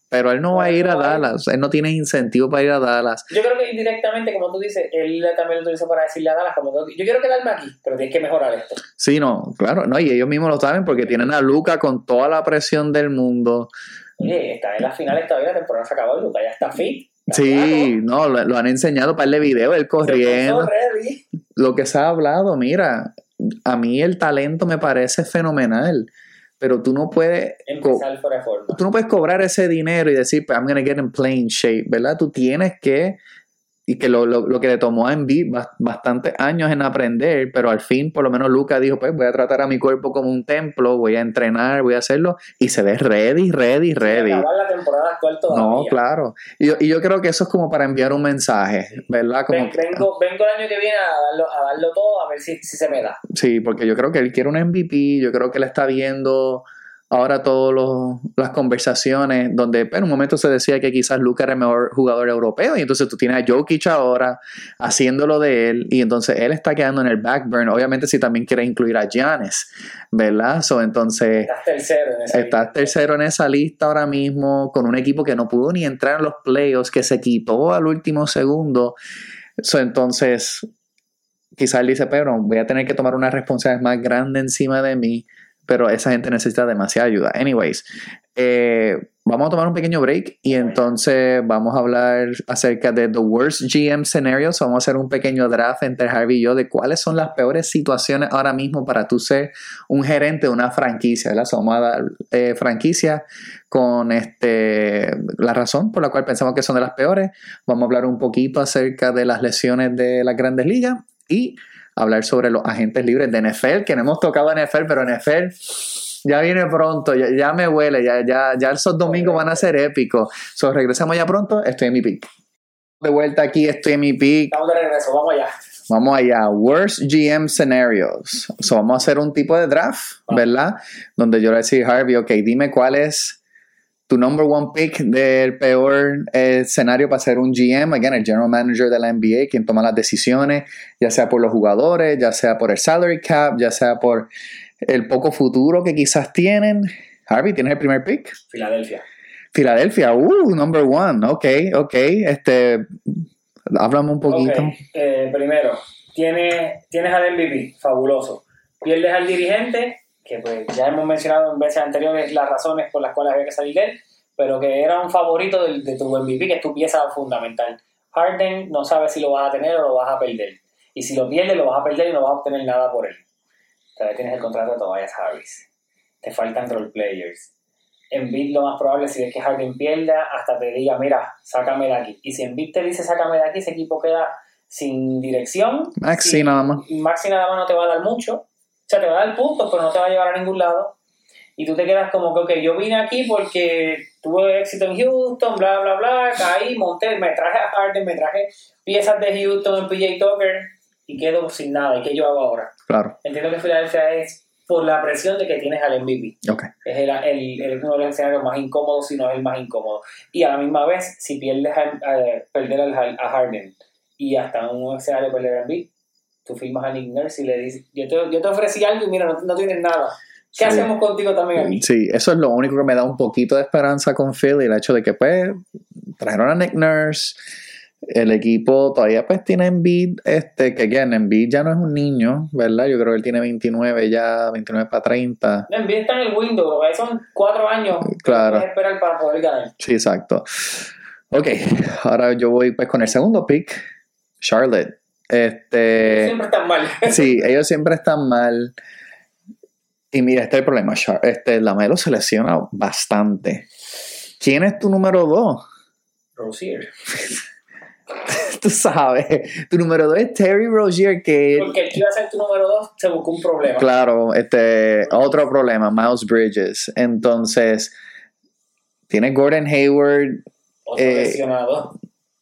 Pero él no va a ir a Dallas. Él no tiene incentivo para ir a Dallas.
Yo creo que indirectamente, como tú dices, él también lo utilizó para decirle a Dallas, como que yo quiero quedarme aquí, pero tienes que mejorar esto.
Sí, no, claro. No, y ellos mismos lo saben porque tienen a Luka con toda la presión del mundo.
Oye, está en las finales todavía, la temporada se acabó y Luka ya está fit.
Sí, no, lo han enseñado para el video, él corriendo. Lo que se ha hablado, mira, a mí el talento me parece fenomenal, pero tú no puedes
empezar fuera de forma.
Tú no puedes cobrar ese dinero y decir, pues, I'm going to get in playing shape, ¿verdad? Tú tienes que, y que lo que le tomó a Embiid bastantes años en aprender, pero al fin, por lo menos Luka dijo, pues voy a tratar a mi cuerpo como un templo, voy a entrenar, voy a hacerlo, y se ve ready.
Acabar la temporada actual todavía.
No, claro. Y yo creo que eso es como para enviar un mensaje, ¿verdad? Como
vengo el año que viene a darlo todo, a ver si se me da.
Sí, porque yo creo que él quiere un MVP, yo creo que él está viendo ahora todas las conversaciones donde en un momento se decía que quizás Luka era el mejor jugador europeo y entonces tú tienes a Jokic ahora haciéndolo de él y entonces él está quedando en el backburn, obviamente si también quiere incluir a Giannis, ¿verdad? Entonces estás tercero en esa lista ahora mismo con un equipo que no pudo ni entrar en los playoffs, que se quitó al último segundo. Entonces quizás él dice, pero voy a tener que tomar una responsabilidad más grande encima de mí, pero esa gente necesita demasiada ayuda. Anyways, vamos a tomar un pequeño break y entonces vamos a hablar acerca de the worst GM scenarios. Vamos a hacer un pequeño draft entre Harvey y yo de cuáles son las peores situaciones ahora mismo para tú ser un gerente de una franquicia, ¿verdad? Vamos a dar franquicia con la razón por la cual pensamos que son de las peores. Vamos a hablar un poquito acerca de las lesiones de las grandes ligas y hablar sobre los agentes libres de NFL, que no hemos tocado NFL, pero NFL ya viene pronto, ya me huele, ya esos domingos van a ser épicos. Regresamos ya pronto, estoy en mi pick. De vuelta aquí, estoy en mi pick.
Estamos de regreso,
Vamos allá. Worst GM scenarios. Vamos a hacer un tipo de draft, ¿verdad? Donde yo le voy a decir, Harvey, ok, dime cuál es tu number one pick del peor escenario para ser un GM, again, el general manager de la NBA, quien toma las decisiones, ya sea por los jugadores, ya sea por el salary cap, ya sea por el poco futuro que quizás tienen. Harvey, ¿tienes el primer pick? Filadelfia, number one, ok. Háblame un poquito.
Primero, tienes al MVP, fabuloso. Pierdes al dirigente, que pues ya hemos mencionado en veces anteriores las razones por las cuales había que salir de él, pero que era un favorito de tu MVP, que es tu pieza fundamental. Harden no sabes si lo vas a tener o lo vas a perder. Y si lo pierdes, lo vas a perder y no vas a obtener nada por él. Todavía tienes el contrato de Tobias Harris. Te faltan role players. Embiid, lo más probable, si ves que Harden pierda, hasta te diga, mira, sácame de aquí. Y si Embiid te dice, sácame de aquí, ese equipo queda sin dirección.
Maxi nada más
no te va a dar mucho. O sea, te va a dar puntos, pero no te va a llevar a ningún lado. Y tú te quedas como que, ok, yo vine aquí porque tuve éxito en Houston, bla, bla, bla, caí, monté, me traje a Harden, me traje piezas de Houston en PJ Tucker y quedo sin nada. ¿Y qué yo hago ahora?
Claro.
Entiendo que Filadelfia es por la presión de que tienes al MVP.
Okay.
Es uno de los escenarios más incómodos, si no es el más incómodo. Y a la misma vez, si perder a Harden y hasta un escenario perder a Embiid, tú firmas a Nick Nurse y le dices, yo te ofrecí algo y mira, no tienes nada. ¿Qué hacemos contigo también aquí?
Sí, eso es lo único que me da un poquito de esperanza con Philly, el hecho de que pues trajeron a Nick Nurse, el equipo todavía pues tiene Embiid, que again, Embiid ya no es un niño, ¿verdad? Yo creo que él tiene 29 para 30.
Embiid está en el window, lo que hay son 4 años
claro.
Que puedes esperar para poder ganar.
Sí, exacto. Ok, ahora yo voy pues con el segundo pick, Charlotte.
Ellos siempre están mal.
Sí, ellos siempre están mal. Y mira, este es el problema. LaMelo se lesiona bastante. ¿Quién es tu número 2?
Rozier.
Tú sabes, tu número 2 es Terry Rozier, que...
Porque el que iba a ser tu número 2 se buscó un problema.
Claro, otro problema, Miles Bridges. Entonces, tiene Gordon Hayward.
Otro lesionado.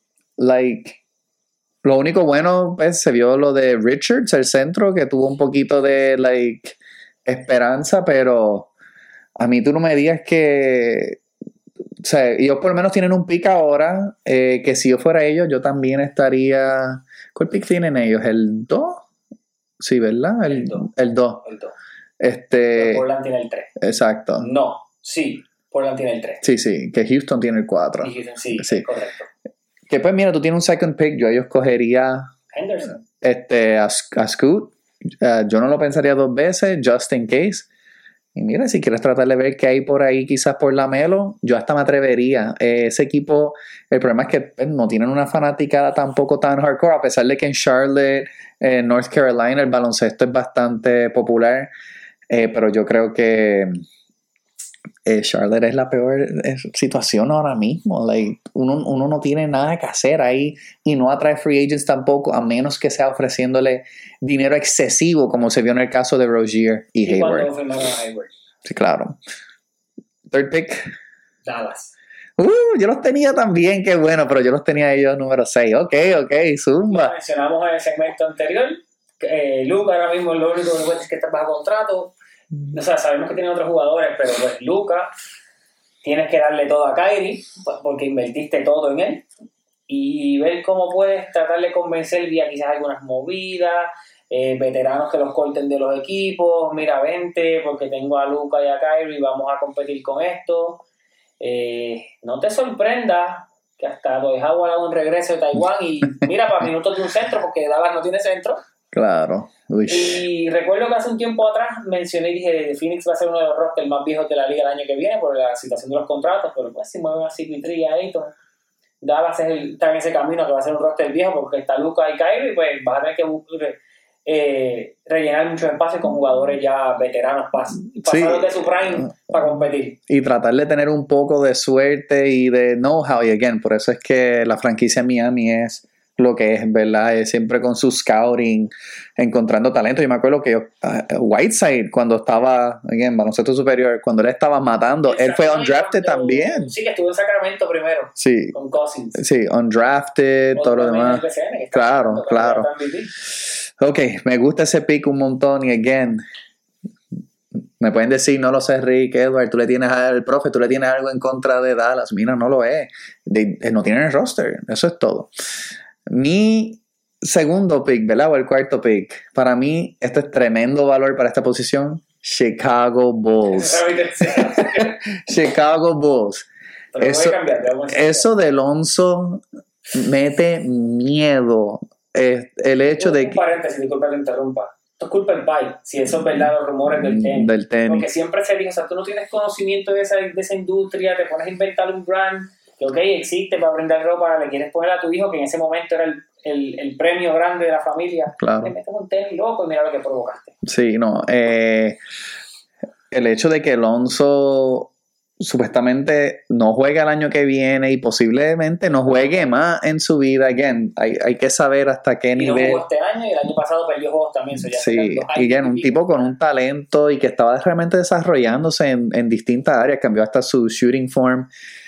Lo único bueno, pues, se vio lo de Richards, el centro, que tuvo un poquito de, esperanza, pero a mí tú no me digas que... O sea, ellos por lo menos tienen un pick ahora, que si yo fuera ellos, yo también estaría... ¿Cuál pick tienen ellos? ¿El 2? Sí, ¿verdad? El 2.
Portland tiene el 3.
Exacto.
No, sí. Portland tiene el 3.
Sí, que Houston tiene el 4.
Y Houston, sí,
Sí.
correcto.
Que pues mira, tú tienes un second pick, yo escogería
Henderson.
a Scoot. Yo no lo pensaría 2 veces, just in case. Y mira, si quieres tratar de ver qué hay por ahí, quizás por Lamelo, yo hasta me atrevería. Ese equipo, el problema es que pues, no tienen una fanaticada tampoco tan hardcore, a pesar de que en Charlotte, North Carolina, el baloncesto es bastante popular. Pero yo creo que Charlotte es la peor situación ahora mismo. Like, uno no tiene nada que hacer ahí y no atrae free agents tampoco, a menos que sea ofreciéndole dinero excesivo, como se vio en el caso de Rozier y Hayward.
¿Cuándo firmaron a Hayward?
Sí, claro. Third pick.
Dallas.
Yo los tenía también, qué bueno, pero yo los tenía ellos número 6. Ok, zumba.
Lo mencionamos en el segmento anterior. Luka ahora mismo lo único que es que está bajo contrato. O sea, sabemos que tiene otros jugadores, pero pues Luka, tienes que darle todo a Kyrie porque invertiste todo en él y ver cómo puedes tratar de convencer vía quizás algunas movidas, veteranos que los corten de los equipos. Mira, vente porque tengo a Luka y a Kyrie y vamos a competir con esto. No te sorprendas que hasta Dwight Howard haga un regreso de Taiwán y mira para minutos de un centro porque Dallas no tiene centro.
Claro. Uy.
Y recuerdo que hace un tiempo atrás mencioné y dije Phoenix va a ser uno de los rosters más viejos de la liga el año que viene por la situación de los contratos, pero pues si mueven a CP3 y a Ayton, Dallas está en ese camino que va a ser un roster viejo porque está Luka y Kyrie, pues vas a tener que rellenar muchos espacios con jugadores ya veteranos pasados de su prime para competir.
Y tratar de tener un poco de suerte y de know-how, y again, por eso es que la franquicia Miami es lo que es, ¿verdad? Es siempre con su scouting, encontrando talento. Yo me acuerdo que Whiteside, cuando estaba en baloncesto superior, cuando él estaba matando, él fue undrafted también.
Sí, que estuvo en Sacramento primero.
Sí.
Con Cousins.
Sí, undrafted, todo lo demás. Claro. Ok, me gusta ese pick un montón y again, me pueden decir, no lo sé, Rick, Edward, tú le tienes al profe, tú le tienes algo en contra de Dallas. Mira, no lo es. No tienen el roster, eso es todo. Mi segundo pick, ¿verdad? O el cuarto pick. Para mí, este es tremendo valor para esta posición. Chicago Bulls. Chicago Bulls. Eso de Alonso mete miedo. El hecho de que...
Un paréntesis, disculpa que interrumpa. Esto es culpa del país, si eso es verdad, los rumores del tenis. Porque siempre se dice, o sea, tú no tienes conocimiento de esa industria, te pones a inventar un brand que, ok, existe para vender ropa, le quieres poner a tu hijo, que en ese momento era el premio grande de la familia.
Claro.
Le metes un tenis loco y mira lo que provocaste.
Sí, no. El hecho de que Alonso supuestamente no juega el año que viene y posiblemente no juegue más en su vida. Again, hay que saber hasta qué nivel.
No jugó este año y el año pasado perdió juegos también.
Sí, y again, un tipo con un talento y que estaba realmente desarrollándose en distintas áreas, cambió hasta su shooting form.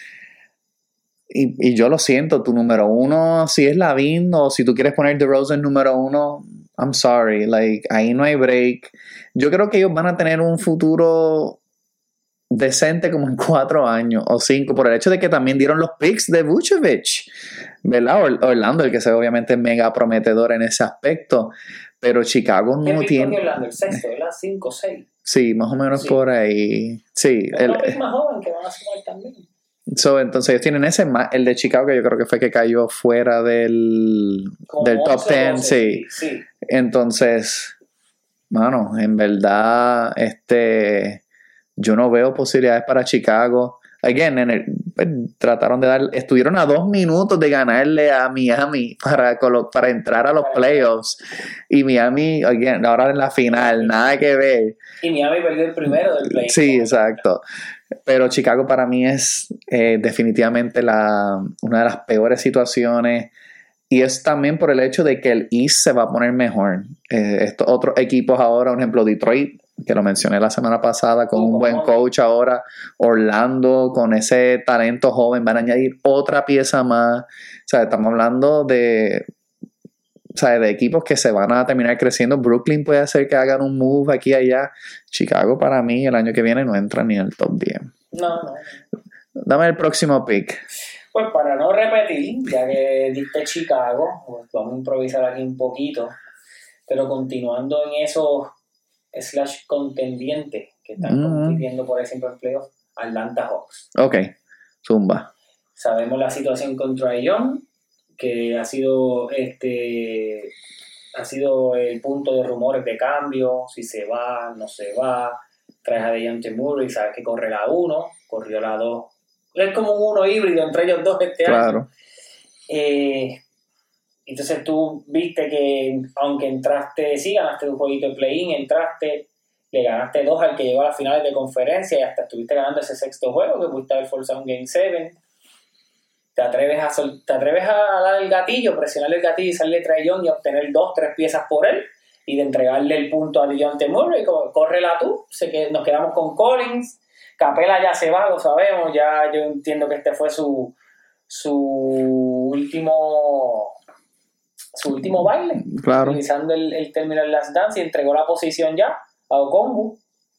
Y yo lo siento, tu número uno, si es Lavin o si tú quieres poner DeRozan número uno, I'm sorry, like, ahí no hay break. Yo creo que ellos van a tener un futuro decente como en 4 años o 5, por el hecho de que también dieron los picks de Vucevic, ¿verdad? Orlando, el que se obviamente mega prometedor en ese aspecto, pero Chicago no tiene...
Orlando, el sexto, ¿verdad? 5 o 6.
Sí, más o menos sí. Por ahí. Sí.
Es más joven que van a sumar también.
Entonces ellos tienen ese, el de Chicago, que yo creo que fue que cayó fuera del top 10, sí. Entonces, mano, en verdad, yo no veo posibilidades para Chicago. Again, trataron de estuvieron a 2 minutos de ganarle a Miami para entrar a los playoffs. Y Miami, again, ahora en la final, nada que ver.
Y Miami perdió el primero del playoff.
Sí, exacto. Pero Chicago para mí es definitivamente una de las peores situaciones. Y es también por el hecho de que el East se va a poner mejor. Estos otros equipos ahora, por ejemplo, Detroit, que lo mencioné la semana pasada, con un buen coach ahora, Orlando, con ese talento joven, van a añadir otra pieza más. O sea, estamos hablando de equipos que se van a terminar creciendo. Brooklyn puede hacer que hagan un move aquí y allá. Chicago para mí el año que viene no entra ni en el top 10.
No.
Dame el próximo pick.
Pues para no repetir, ya que diste Chicago, pues vamos a improvisar aquí un poquito, pero continuando en esos /contendientes que están compitiendo por ahí siempre en playoffs, Atlanta Hawks.
Ok, zumba.
Sabemos la situación con Trae Young, que ha sido el punto de rumores de cambio, si se va, no se va. Traes a DeJounte Murray, sabes que corre la 1, corrió la 2. Es como un 1 híbrido entre ellos dos este año. Entonces tú viste que aunque entraste, sí ganaste un jueguito de play-in, entraste, le ganaste 2 al que llegó a las finales de conferencia y hasta estuviste ganando ese sexto juego que pudiste haber forzado un Game 7. Te atreves a dar el gatillo, presionar el gatillo y salir Trae Young y obtener 2-3 piezas por él y de entregarle el punto a DeJounte Murray, córrela tú. Sé que nos quedamos con Collins, Capela ya se va, lo sabemos, ya yo entiendo que este fue su último baile,
claro.
Utilizando el término del Last Dance, y entregó la posición ya a Okongwu.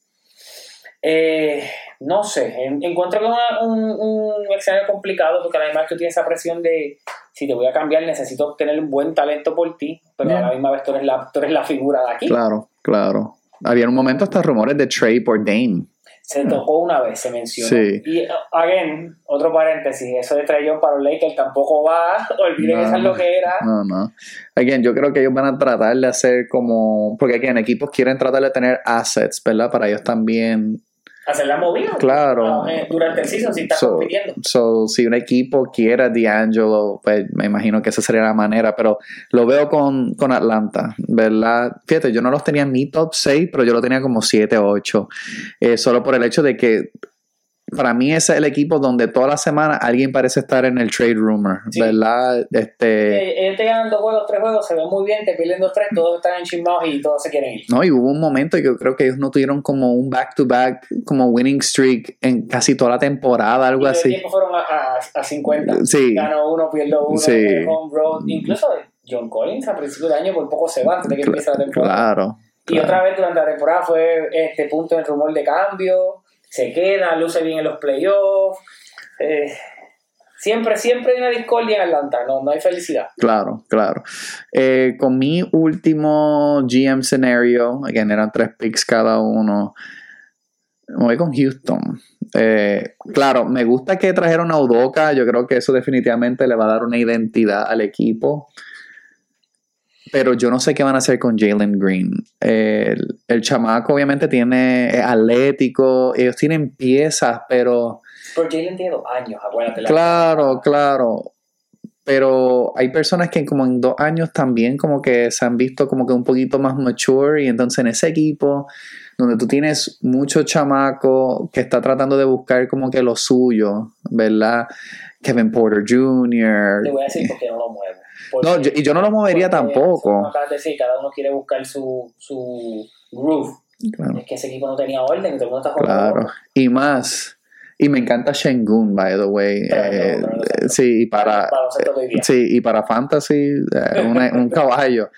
No sé, encuentro que es un escenario complicado porque además tú tienes esa presión de si te voy a cambiar necesito obtener un buen talento por ti, pero a la misma vez tú eres la figura de aquí.
Claro. Había en un momento hasta rumores de trade por Dame.
Se tocó una vez, se mencionó.
Sí.
Y, again, otro paréntesis, eso de Trae Young para los Lakers tampoco va, olviden esa es lo que era.
No. Again, yo creo que ellos van a tratar de hacer como, porque aquí en equipos quieren tratar de tener assets, ¿verdad? Para ellos también
hacer la movida.
Claro.
Durante el season, si estás compitiendo.
Si un equipo quiere a D'Angelo, pues me imagino que esa sería la manera, pero lo veo con Atlanta, ¿verdad? Fíjate, yo no los tenía en mi top 6, pero yo lo tenía como 7 o 8. Solo por el hecho de que para mí ese es el equipo donde toda la semana alguien parece estar en el trade rumor, sí. ¿Verdad?
Ellos te ganan 2 juegos, 3 juegos, se ven muy bien, te pierden 2-3, todos están enchismados y todos se quieren ir.
No, y hubo un momento que yo creo que ellos no tuvieron como un back-to-back, como winning streak en casi toda la temporada, algo así.
Y el tiempo fueron a 50.
Sí.
Ganó 1, pierdo 1,
sí.
Home road. Incluso John Collins a principio de año por poco se va antes de que empiece la temporada.
Claro.
Y otra vez durante la temporada fue este punto del rumor de cambio. Se queda, luce bien en los playoffs. Siempre hay una discordia en Atlanta, no hay felicidad.
Claro. Con mi último GM scenario, again, eran 3 picks cada uno, me voy con Houston. Claro, me gusta que trajeron a Udoka, yo creo que eso definitivamente le va a dar una identidad al equipo. Pero yo no sé qué van a hacer con Jalen Green. El chamaco obviamente es atlético, ellos tienen piezas, pero...
Pero Jalen tiene 2 años, acuérdate.
Claro. Pero hay personas que como en 2 años también como que se han visto como que un poquito más mature, y entonces en ese equipo donde tú tienes mucho chamaco que está tratando de buscar como que lo suyo, ¿verdad? Kevin Porter Jr.
Te voy a decir por qué no lo muevo.
Y yo no lo movería tampoco.
Acabas de decir, cada uno quiere buscar su groove. Claro. Es que ese equipo no tenía orden, todo el mundo está jugando.
Claro, y me encanta Şengün, by the way. Sí, y para Fantasy, un caballo.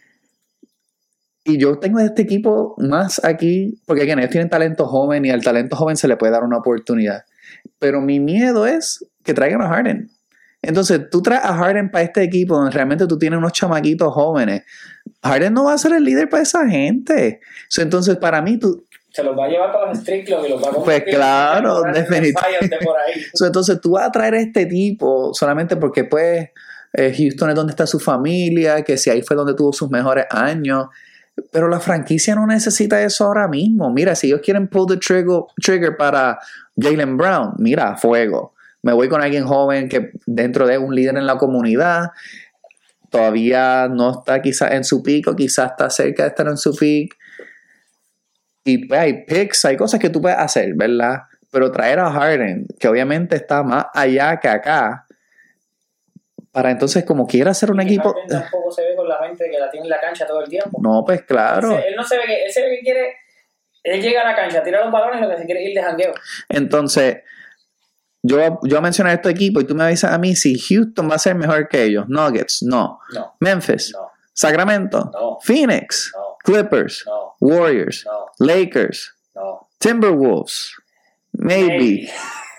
Y yo tengo este equipo más aquí, porque again, ellos tienen talento joven y al talento joven se le puede dar una oportunidad. Pero mi miedo es que traigan a Harden. Entonces, tú traes a Harden para este equipo donde realmente tú tienes unos chamaquitos jóvenes. Harden no va a ser el líder para esa gente. Entonces, para mí,
se los va a llevar para los street clubs y los va a
convertir. Pues claro, definitivamente. Entonces, tú vas a traer a este tipo solamente porque, pues, Houston es donde está su familia, que si ahí fue donde tuvo sus mejores años. Pero la franquicia no necesita eso ahora mismo. Mira, si ellos quieren pull the trigger para Jaylen Brown, mira, fuego. Me voy con alguien joven que dentro de un líder en la comunidad, todavía no está quizás en su pico, quizás está cerca de estar en su pick. Y pues hay picks, hay cosas que tú puedes hacer, ¿verdad? Pero traer a Harden, que obviamente está más allá que acá, para entonces como quiera hacer un equipo...
Harden tampoco se ve con la mente que la tiene en la cancha todo el tiempo.
No, pues claro.
Él no se ve que... Él se ve que quiere... Él llega a la cancha, tira los balones y lo que se quiere es ir de jangueo.
Entonces... Yo mencioné este equipo y tú me avisas a mí si Houston va a ser mejor que ellos. Nuggets, no. Memphis,
no.
Sacramento,
no.
Phoenix,
no.
Clippers,
no.
Warriors,
no.
Lakers,
no.
Timberwolves, maybe.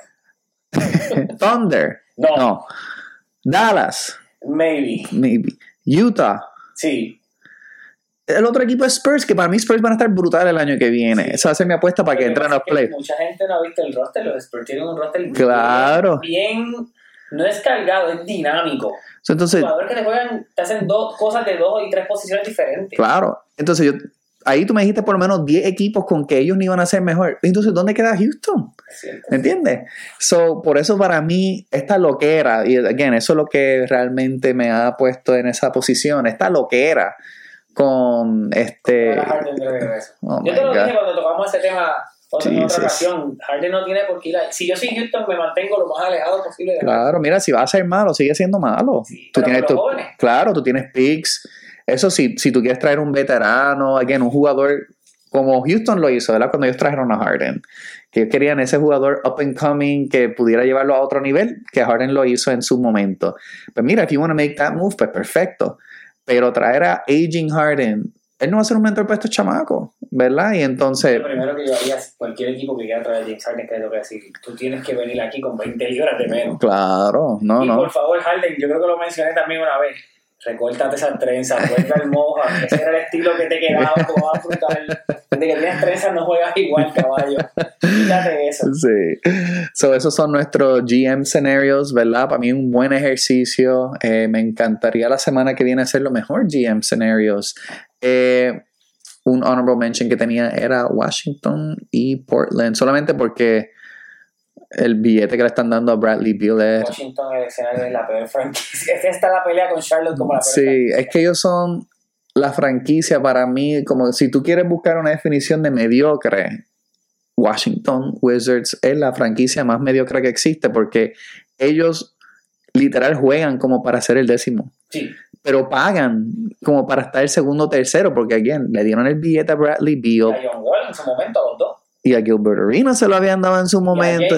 Thunder, no. Dallas,
maybe.
Utah.
Sí.
el otro equipo es Spurs, que para mí Spurs van a estar brutal el año que viene.
Sí.
Esa va a ser mi apuesta para que entren a los playoffs.
Mucha gente no ha visto el roster. Los Spurs tienen un roster
claro.
bien, no es cargado, es dinámico.
Entonces,
jugadores que te juegan, te hacen cosas de 2 y 3 posiciones diferentes.
Claro. Entonces, ahí tú me dijiste por lo menos 10 equipos con que ellos no iban a ser mejor. Entonces, ¿dónde queda Houston? ¿Me entiendes? Por eso para mí, esta loquera, y again, eso es lo que realmente me ha puesto en esa posición, esta loquera con
Harden de regreso. Yo te lo dije cuando tocamos ese tema en otra ocasión. Harden no tiene por qué ir. Si yo soy Houston, me mantengo lo más alejado posible de
Claro, mira, si va a ser malo, sigue siendo malo.
Sí,
tú tienes claro, tú tienes picks. Eso sí, si tú quieres traer un veterano, again, un jugador como Houston lo hizo, ¿verdad? Cuando ellos trajeron a Harden, que ellos querían ese jugador up and coming que pudiera llevarlo a otro nivel, que Harden lo hizo en su momento. Pues mira, if you want to make that move, pues perfecto. Pero traer a aging Harden, él no va a ser un mentor para estos chamacos, ¿verdad? Y entonces...
Lo primero que yo haría es cualquier equipo que quiera traer a James Harden, que le tengo que decir, tú tienes que venir aquí con 20 libras de menos.
Claro, no.
Por favor, Harden, yo creo que lo mencioné también una vez. Recórtate esas trenzas, vuelve al moja. Ese era el estilo que te quedaba, como vas a frutar. Desde que tienes trenzas no juegas igual, caballo. Quítate eso.
Sí. Esos son nuestros GM scenarios, ¿verdad? Para mí un buen ejercicio. Me encantaría la semana que viene hacer los mejor GM scenarios. Un honorable mention que tenía era Washington y Portland, solamente porque el billete que le están dando a Bradley Beal es...
Washington, el escenario es la peor franquicia. Esta la pelea con Charlotte como la peor
franquicia. Es que ellos son la franquicia para mí, como si tú quieres buscar una definición de mediocre, Washington Wizards es la franquicia más mediocre que existe porque ellos literal juegan como para ser el 10º.
Sí.
Pero pagan como para estar el 2º o 3º porque, again, le dieron el billete a Bradley Beal.
A John Wall en su momento, a los dos.
Y a Gilbert Arenas se lo habían dado en su momento.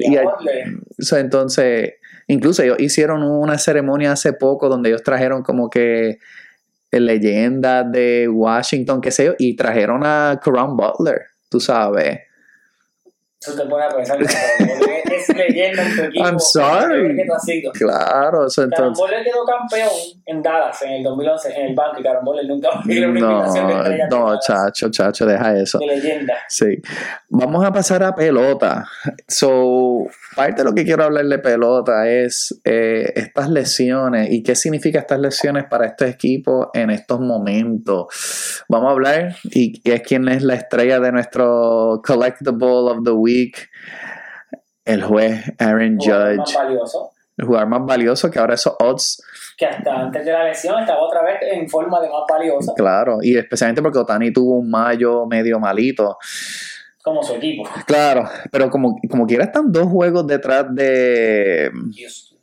Entonces, incluso ellos hicieron una ceremonia hace poco donde ellos trajeron como que leyendas de Washington, qué sé yo, y trajeron a Caron Butler, tú sabes.
Eso te pone a pensar que es leyenda en tu equipo.
I'm sorry.
Que tú has sido.
Claro, eso entonces.
Caron Butler quedó campeón en Dallas en el 2011 en el banco y Caron Butler nunca va a una invitación de estrella.
No, chacho, deja eso.
De leyenda.
Sí. Vamos a pasar a pelota. Parte de lo que quiero hablar de pelota es estas lesiones y qué significa estas lesiones para este equipo en estos momentos. Vamos a hablar y es quién es la estrella de nuestro Collectible of the Week, el juez Aaron Judge.
Más valioso.
El jugador más valioso, que ahora esos odds
que hasta antes de la lesión estaba otra vez en forma de más valiosa.
Claro, y especialmente porque Ohtani tuvo un mayo medio malito.
Como su equipo.
Claro, pero como quiera están 2 juegos detrás de...
Houston.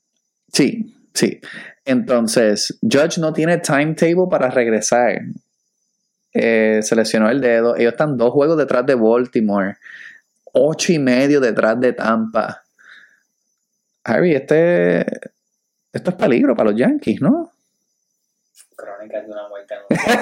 Sí. Entonces, Judge no tiene timetable para regresar. Se lesionó el dedo. Ellos están 2 juegos detrás de Baltimore. 8.5 detrás de Tampa. Harry, esto es peligro para los Yankees, ¿no?
Crónicas de una muerte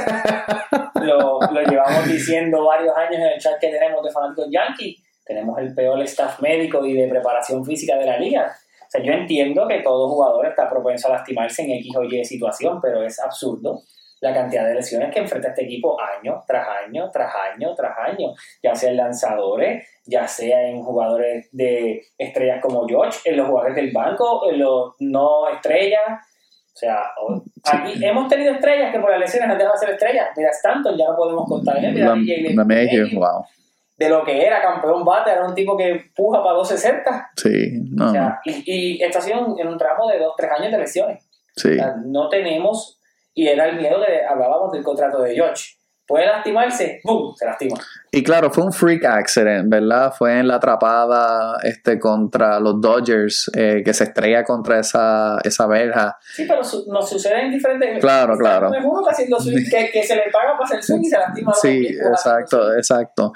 lo llevamos diciendo varios años en el chat que tenemos de fanáticos Yankees. Tenemos el peor staff médico y de preparación física de la liga. O sea, yo entiendo que todo jugador está propenso a lastimarse en X o Y situación, pero es absurdo la cantidad de lesiones que enfrenta este equipo año tras año, tras año, tras año, ya sea en lanzadores, ya sea en jugadores de estrellas como George, en los jugadores del banco, en los no estrellas. O sea, aquí hemos tenido estrellas que por las lesiones han dejado de ser estrellas. Mira, Stanton ya no podemos contar. Mira,
wow.
De lo que era campeón bate, era un tipo que puja para 260.
Sí, no.
O sea, y esto ha sido en un tramo de 2-3 años de lesiones.
Sí.
O sea, no tenemos, y era el miedo que hablábamos del contrato de George. Puede lastimarse, ¡boom! Se lastima.
Y claro, fue un freak accident, ¿verdad? Fue en la atrapada contra los Dodgers, que se estrella contra esa verja.
Sí, pero nos sucede en diferentes...
Claro.
No es uno haciendo swing, que se le paga para hacer swing y se lastima.
Sí, exacto.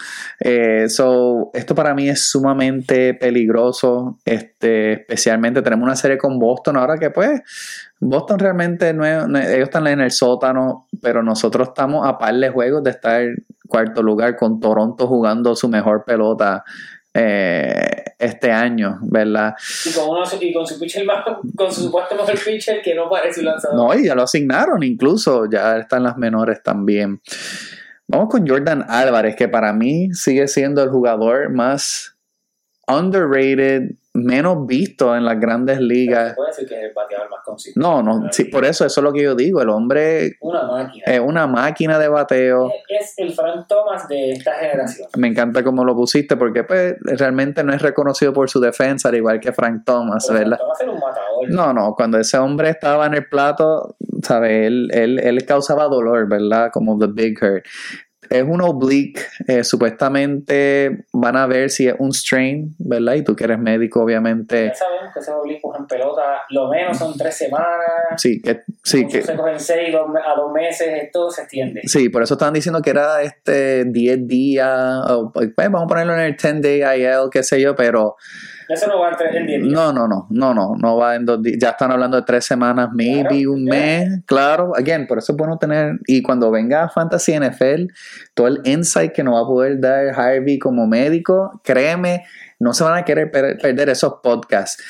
Esto para mí es sumamente peligroso, especialmente tenemos una serie con Boston ahora que pues... Boston realmente ellos están en el sótano, pero nosotros estamos a par de juegos de estar 4º lugar con Toronto jugando su mejor pelota este año, ¿verdad?
Y con su pitcher con su supuesto mejor pitcher que no parece un lanzador.
No, y ya lo asignaron, incluso ya están las menores también. Vamos con Jordan Álvarez, que para mí sigue siendo el jugador más underrated, menos visto en las grandes ligas.
Se puede decir que es el bateador más consistente.
No, sí, por eso es lo que yo digo. El hombre
una máquina.
Es una máquina de bateo.
Es el Frank Thomas de esta generación.
Me encanta cómo lo pusiste, porque pues, realmente no es reconocido por su defensa, al igual que Frank Thomas,
pero
¿verdad?
Frank Thomas era un matador.
No, cuando ese hombre estaba en el plato, ¿sabes? Él causaba dolor, ¿verdad? Como The Big Hurt. Es un oblique, supuestamente van a ver si es un strain, ¿verdad? Y tú que eres médico, obviamente.
Ya sabemos que esos oblicuos en pelota, lo menos son 3 semanas.
Sí, que
se cogen 6 a 2 meses, esto se extiende.
Sí, por eso estaban diciendo que era 10 días, o, pues, vamos a ponerlo en el 10-day IL, qué sé yo, pero...
Eso no va en 10 días.
No va en 2 días. Ya están hablando de 3 semanas, maybe claro, un mes, claro. Again, por eso es bueno tener, y cuando venga Fantasy NFL, todo el insight que nos va a poder dar Harvey como médico, créeme, no se van a querer perder esos podcasts.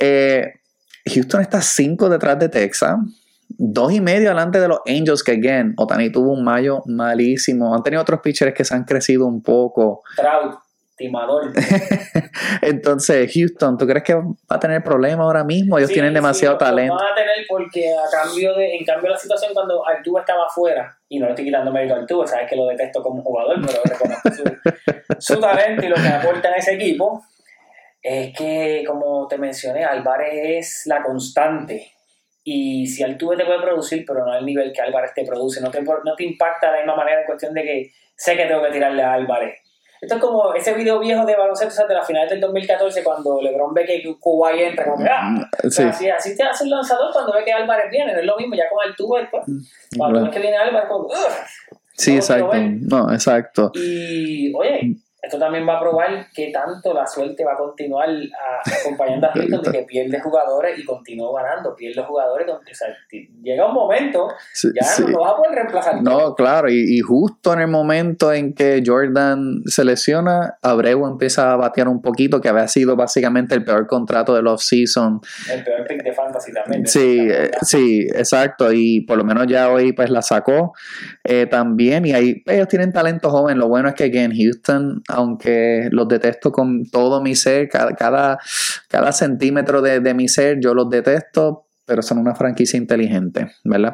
Houston está 5 detrás de Texas. 2.5 delante de los Angels, que again, Ohtani tuvo un mayo malísimo. Han tenido otros pitchers que se han crecido un poco.
Trout. Timador.
Entonces, Houston, ¿tú crees que va a tener problemas ahora mismo? Ellos tienen demasiado talento.
Van a tener porque en cambio la situación cuando Altuve estaba afuera, y no le estoy quitando mérito a Altuve, sabes que lo detesto como jugador, pero reconozco su talento y lo que aporta en ese equipo, es que, como te mencioné, Álvarez es la constante. Y si Altuve te puede producir, pero no al nivel que Álvarez te produce, no te impacta de la misma manera en cuestión de que sé que tengo que tirarle a Álvarez. Esto es como ese video viejo de baloncesto, o sea, de la final del 2014, cuando LeBron ve que Kawhi entra, como que
sí.
así te hace el lanzador cuando ve que Álvarez viene, no es lo mismo, ya con Altuve, pues, cuando ves que viene Álvarez, como
sí, exacto, no, exacto.
Y, oye, esto también va a probar que tanto la suerte va a continuar acompañando a Houston de que pierde jugadores y continúa ganando, pierde jugadores, o sea, llega un momento, no lo vas a poder reemplazar.
No, claro, y justo en el momento en que Jordan se lesiona, Abreu empieza a batear un poquito, que había sido básicamente el peor contrato del off-season.
El peor pick de fantasy también.
Sí, exacto, y por lo menos ya hoy pues la sacó también, y ahí ellos tienen talento joven. Lo bueno es que en Houston, aunque los detesto con todo mi ser, cada centímetro de mi ser, yo los detesto, pero son una franquicia inteligente, ¿verdad?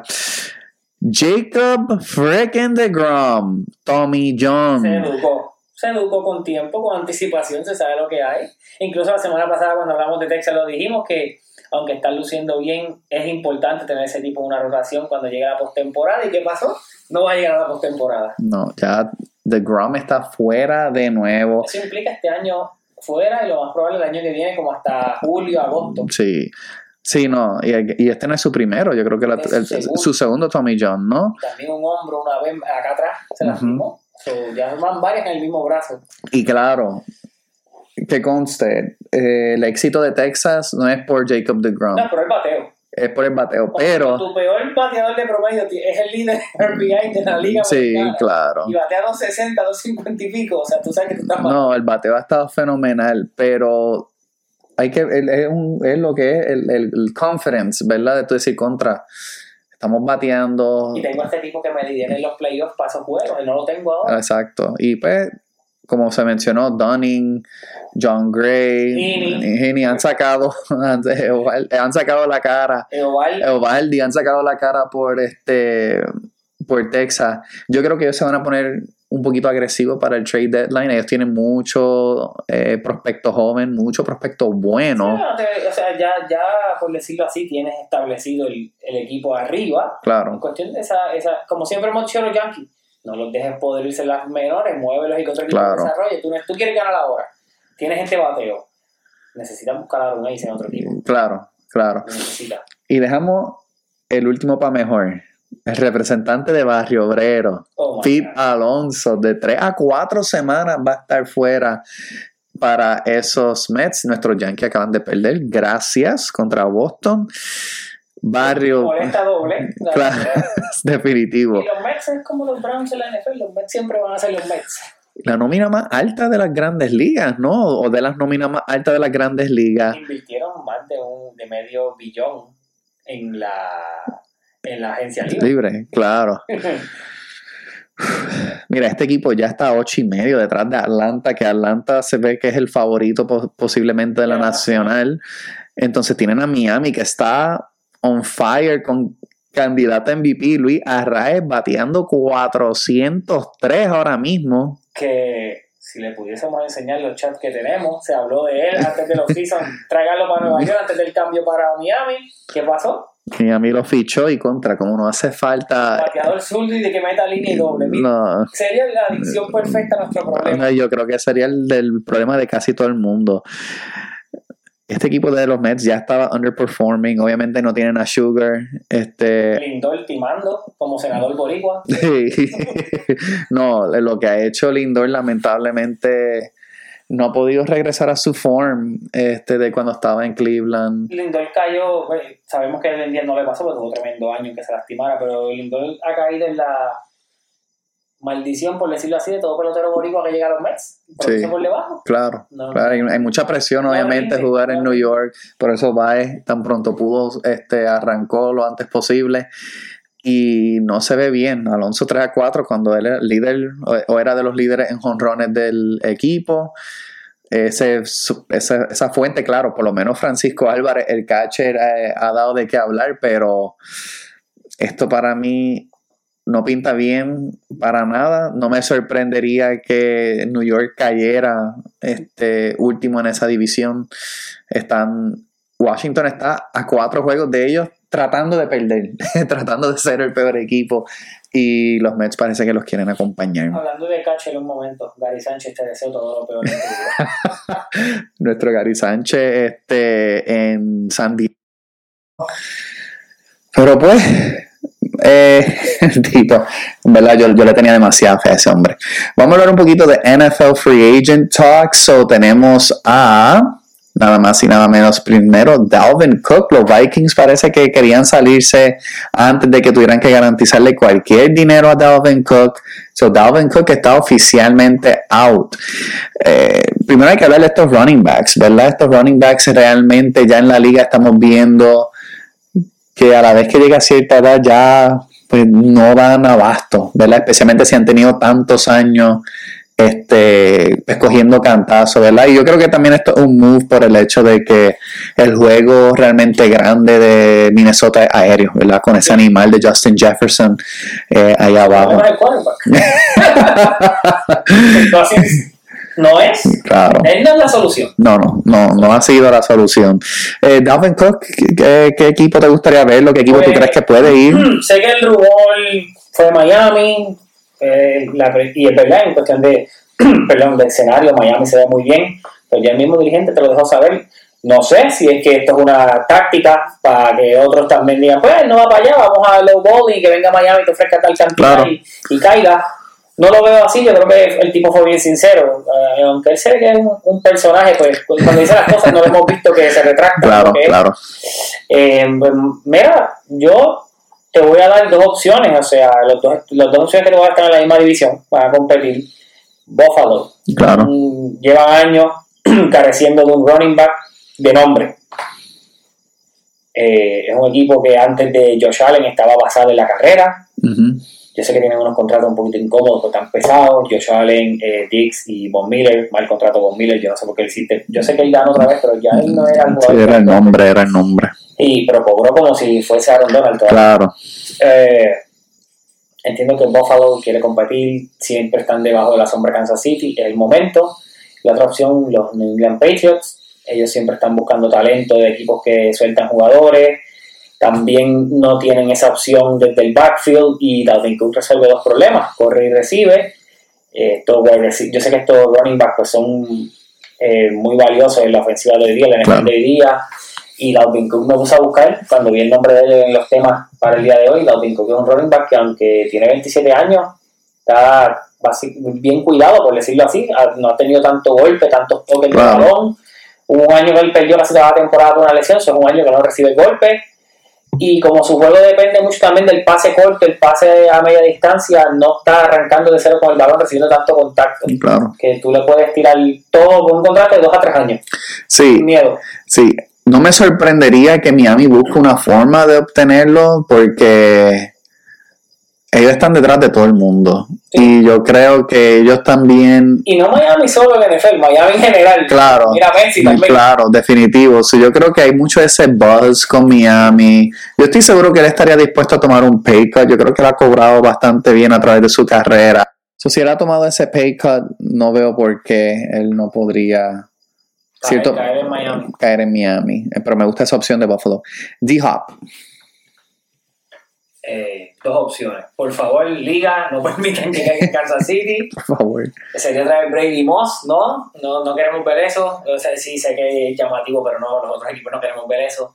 Jacob freaking deGrom, Tommy John.
Se educó con tiempo, con anticipación, se sabe lo que hay. Incluso la semana pasada cuando hablamos de Texas lo dijimos que aunque están luciendo bien, es importante tener ese tipo de una rotación cuando llegue la postemporada. ¿Y qué pasó? No va a llegar a la postemporada.
No, ya deGrom está fuera de nuevo.
Eso implica este año fuera y lo más probable el año que viene como hasta julio, agosto.
Sí, no, y este no es su primero, yo creo que su segundo Tommy John, ¿no?
También un hombro una vez acá atrás se lastimó. Ya van varias en el mismo brazo.
Y claro, que conste, el éxito de Texas no es por Jacob deGrom.
No, por el bateo.
Es por el bateo, pero...
Tu peor bateador de promedio es el líder de RBI de la liga.
Sí, claro.
Y batea 260, 250 y pico, o sea, tú sabes que tú estás mal.
No, el bateo ha estado fenomenal, pero hay que es lo que es el confidence, ¿verdad? De tú decir estamos bateando.
Y tengo a este tipo que me lidera en los playoffs para esos juegos, y no lo tengo ahora.
Exacto. Y pues, como se mencionó, Dunning, John Gray, Heaney han sacado la cara. Eovaldi han sacado la cara por Texas. Yo creo que ellos se van a poner un poquito agresivos para el trade deadline. Ellos tienen mucho prospecto joven, mucho prospecto bueno.
Sí, o sea, ya por decirlo así, tienes establecido el equipo arriba.
Claro.
En cuestión de esa como siempre hemos dicho los Yankees, no los dejes poder irse en las menores, muévelos y que otro equipo desarrolle. Tú quieres ganar ahora. Tienes gente bateo. Necesitas buscar a un ace en otro equipo.
Claro. Y dejamos el último para mejor. El representante de Barrio Obrero, Pete Alonso, de 3 a 4 semanas va a estar fuera para esos Mets. Nuestros Yankees acaban de perder, gracias, contra Boston. Barrio.
Molesta doble.
Claro, definitivo.
Y los Mets es como los Browns en la NFL, los Mets siempre van a ser los Mets.
la nómina más alta de las grandes ligas, ¿no? O de las nóminas más altas de las grandes ligas.
Invirtieron más de medio billón en la agencia libre,
claro. Mira, este equipo ya está a 8.5 detrás de Atlanta, que Atlanta se ve que es el favorito posiblemente de la nacional. Entonces tienen a Miami, que está on fire con candidato a MVP, Luis Arraez, bateando 403 ahora mismo.
Que si le pudiésemos enseñar los chats que tenemos, se habló de él antes de los season, tráigalo para Nueva York, antes del cambio para Miami. ¿Qué pasó?
Miami lo fichó y como no hace falta...
Bateador zurdo y de que meta línea y doble.
No.
Sería la adicción perfecta a nuestro problema.
Yo creo que sería el problema de casi todo el mundo. Este equipo de los Mets ya estaba underperforming. Obviamente no tienen a Sugar.
Lindor timando como senador boricua.
No, lo que ha hecho Lindor lamentablemente no ha podido regresar a su form de cuando estaba en Cleveland.
Lindor cayó, sabemos que el día no le pasó porque tuvo tremendo año en que se lastimara, pero Lindor ha caído en la maldición, por decirlo así, de todo pelotero boricua que llega a los Mets.
Sí,
por debajo.
Claro. Hay mucha presión, obviamente, jugar en New York. Por eso Baez tan pronto pudo, arrancó lo antes posible. Y no se ve bien. Alonso 3-4 cuando él era líder o era de los líderes en jonrones del equipo. Esa fuente, claro, por lo menos Francisco Álvarez, el catcher, ha dado de qué hablar, pero esto para mí no pinta bien para nada. No me sorprendería que New York cayera último en esa división. Washington está a 4 juegos de ellos tratando de perder, tratando de ser el peor equipo, y los Mets parece que los quieren acompañar.
Hablando de catcher un momento, Gary Sánchez, te deseo todo lo peor en tu vida.
Nuestro Gary Sánchez en San Diego. Pero pues tipo, en verdad yo le tenía demasiada fe a ese hombre. Vamos a hablar un poquito de NFL Free Agent Talk. So tenemos a nada más y nada menos primero Dalvin Cook. Los Vikings parece que querían salirse antes de que tuvieran que garantizarle cualquier dinero a Dalvin Cook. So Dalvin Cook está oficialmente out. Primero hay que hablar de estos running backs, ¿verdad? Estos running backs realmente ya en la liga estamos viendo que a la vez que llega a cierta edad ya pues no dan abasto, ¿verdad? Especialmente si han tenido tantos años escogiendo cantazos, ¿verdad? Y yo creo que también esto es un move por el hecho de que el juego realmente grande de Minnesota es aéreo, ¿verdad? Con ese animal de Justin Jefferson allá abajo.
No es.
Claro.
Él no es la solución.
No ha sido la solución. Dalvin Cook, ¿qué equipo te gustaría verlo? ¿Qué equipo tú crees que puede ir?
Sé que el rumor fue de Miami. Y es verdad, en cuestión de de escenario, Miami se ve muy bien, pero ya el mismo dirigente te lo dejó saber. No sé si es que esto es una táctica para que otros también digan, pues no va para allá, vamos a low ball y que venga Miami y te ofrezca tal cantidad, claro, y caiga. No lo veo así. Yo creo que el tipo fue bien sincero, aunque él se ve que es un personaje, pues cuando dice las cosas no lo hemos visto que se retracta.
Claro.
Mira, yo te voy a dar dos opciones, o sea, las dos opciones que te voy a estar en la misma división para competir. Buffalo,
claro,
llevan años careciendo de un running back de nombre. Es un equipo que antes de Josh Allen estaba basado en la carrera.
Uh-huh.
Yo sé que tienen unos contratos un poquito incómodos porque están pesados. Josh Allen, Diggs y Von Miller. Mal contrato Von Miller, yo no sé por qué él hiciste. Yo sé que él ganó otra vez, pero ya él no era el jugador.
Sí, era el nombre.
Pero cobró como si fuese Aaron Donald todavía.
Claro.
Entiendo que Buffalo quiere competir, siempre están debajo de la sombra de Kansas City, es el momento. La otra opción, los New England Patriots, ellos siempre están buscando talento de equipos que sueltan jugadores, también no tienen esa opción desde el backfield, y Dalvin Cook resuelve dos problemas, corre y recibe. Yo sé que estos running backs pues, son muy valiosos en la ofensiva de hoy día, en la NFL de hoy día. Y Dalvin Cook me puse a buscar, cuando vi el nombre de él en los temas para el día de hoy. Dalvin Cook es un running back que, aunque tiene 27 años, está bien cuidado, por decirlo así. No ha tenido tanto golpe, tantos toques de balón. Hubo un año que él perdió casi toda la temporada por una lesión, eso es un año que no recibe golpe. Y como su juego depende mucho también del pase corto, el pase a media distancia, no está arrancando de cero con el balón, recibiendo tanto contacto.
Claro.
Que tú le puedes tirar todo con un contrato de 2 a 3 años.
Sí.
Sin miedo.
Sí. No me sorprendería que Miami busque una forma de obtenerlo porque ellos están detrás de todo el mundo. Sí. Y yo creo que ellos también...
Y no Miami solo en NFL, Miami en general.
Claro.
Mira Messi también.
Claro, definitivo. So, yo creo que hay mucho de ese buzz con Miami. Yo estoy seguro que él estaría dispuesto a tomar un pay cut. Yo creo que él ha cobrado bastante bien a través de su carrera. So, si él ha tomado ese pay cut, no veo por qué él no podría... caer en Miami. Pero me gusta esa opción de Buffalo. D-Hop.
2 opciones. Por favor, liga, no permitan que caiga en Kansas City.
Por favor.
Sería traer Brady Moss, ¿no? No queremos ver eso. O sea, sí, sé que es llamativo, pero no, los otros equipos no queremos ver eso.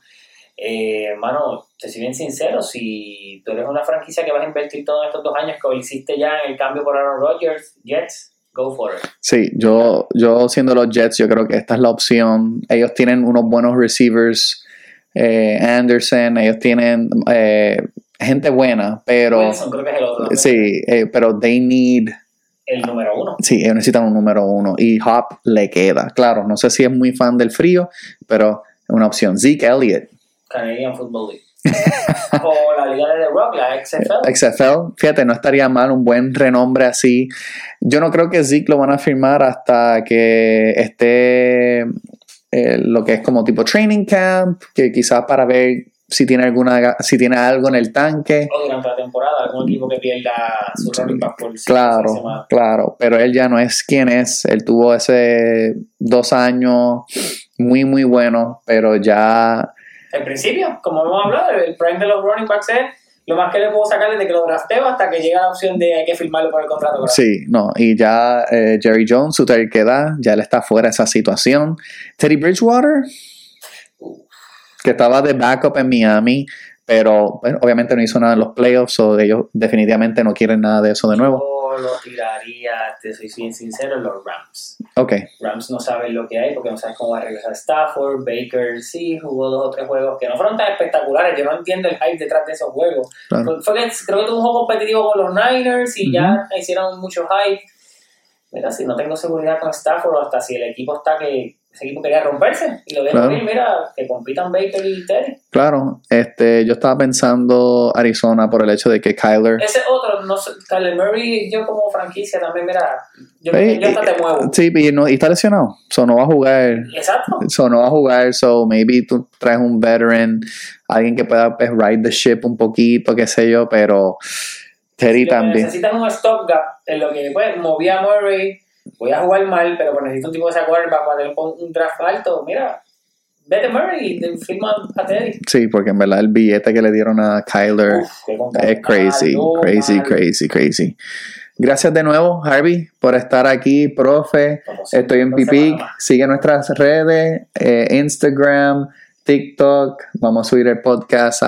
Mano, te soy bien sincero, si tú eres una franquicia que vas a invertir todos estos 2 años que lo hiciste ya en el cambio por Aaron Rodgers, Jets, go for it.
Sí, yo siendo los Jets, yo creo que esta es la opción. Ellos tienen unos buenos receivers, Anderson, ellos tienen... gente buena, pero...
Wilson, creo que es el otro.
Sí, pero they need...
El número 1.
Sí, ellos necesitan un número 1 y Hop le queda. Claro, no sé si es muy fan del frío, pero es una opción. Zeke Elliott.
Canadian Football League. O la liga de The Rock, la XFL.
XFL, fíjate, no estaría mal un buen renombre así. Yo no creo que Zeke lo van a firmar hasta que esté lo que es como tipo training camp, que quizás para ver si tiene algo en el tanque.
O durante la temporada, algún equipo que pierda su running back por
Claro, pero él ya no es quien es. Él tuvo ese 2 años muy, muy buenos, pero ya...
El principio, como hemos hablado, el prime de los running backs es lo más que le puedo sacar desde que lo drafteo hasta que llega la opción de hay que firmarlo por el contrato. ¿Verdad?
Sí, no, y ya Jerry Jones, su terquedad, ya él está fuera de esa situación. Teddy Bridgewater... que estaba de backup en Miami, pero bueno, obviamente no hizo nada en los playoffs, o ellos definitivamente no quieren nada de eso de nuevo.
Yo lo tiraría, te soy bien sincero, en los Rams.
Ok.
Rams no saben lo que hay porque no sabes cómo va a regresar Stafford. Baker sí jugó 2 o 3 juegos que no fueron tan espectaculares. Yo no entiendo el hype detrás de esos juegos. Claro. Fue que creo que tuvo un juego competitivo con los Niners y ya hicieron mucho hype. Mira, si no tengo seguridad con Stafford, hasta si el equipo está que ese equipo quería romperse y lo dejo ir, mira, que compitan Baker y Teddy.
Claro, yo estaba pensando Arizona por el hecho de que Kyler...
Ese otro, no sé, Kyler Murray, yo como franquicia también, mira, yo hasta te muevo.
Sí, y está lesionado, no va a jugar.
Exacto.
No va a jugar, maybe tú traes un veteran, alguien que pueda pues, ride the ship un poquito, qué sé yo, pero Teddy también.
Necesitas un stopgap en lo que pues moví a Murray. Voy a jugar mal, pero necesito un tipo de quarterback para tener un draft alto. Mira, vete Murray y firma a Teddy.
Sí, porque en verdad el billete que le dieron a Kyler es crazy. Gracias de nuevo, Harvey, por estar aquí, profe. Estoy en Pipic. Sigue nuestras redes, Instagram, TikTok. Vamos a subir el podcast a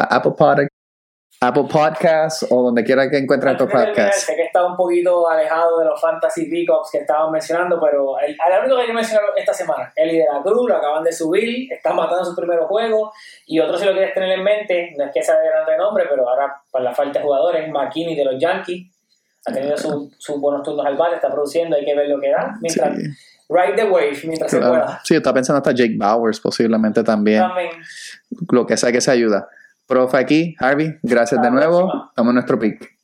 Apple Podcasts o donde quiera que encuentres estos podcasts.
Sé que está un poquito alejado de los fantasy pickups que estaban mencionando, pero el único que yo mencioné esta semana, Eli de la Cruz, lo acaban de subir, está matando su primer juego, y otro si lo quieres tener en mente, no es que sea de gran renombre, pero ahora para la falta de jugadores, McKinney de los Yankees, ha tenido sus buenos turnos al bate, está produciendo, hay que ver lo que da, mientras ride the wave, mientras se pueda.
Sí, está pensando hasta Jake Bowers posiblemente también. Lo que sea que se ayuda. Profe aquí, Harvey, gracias de nuevo. Estamos en nuestro pick.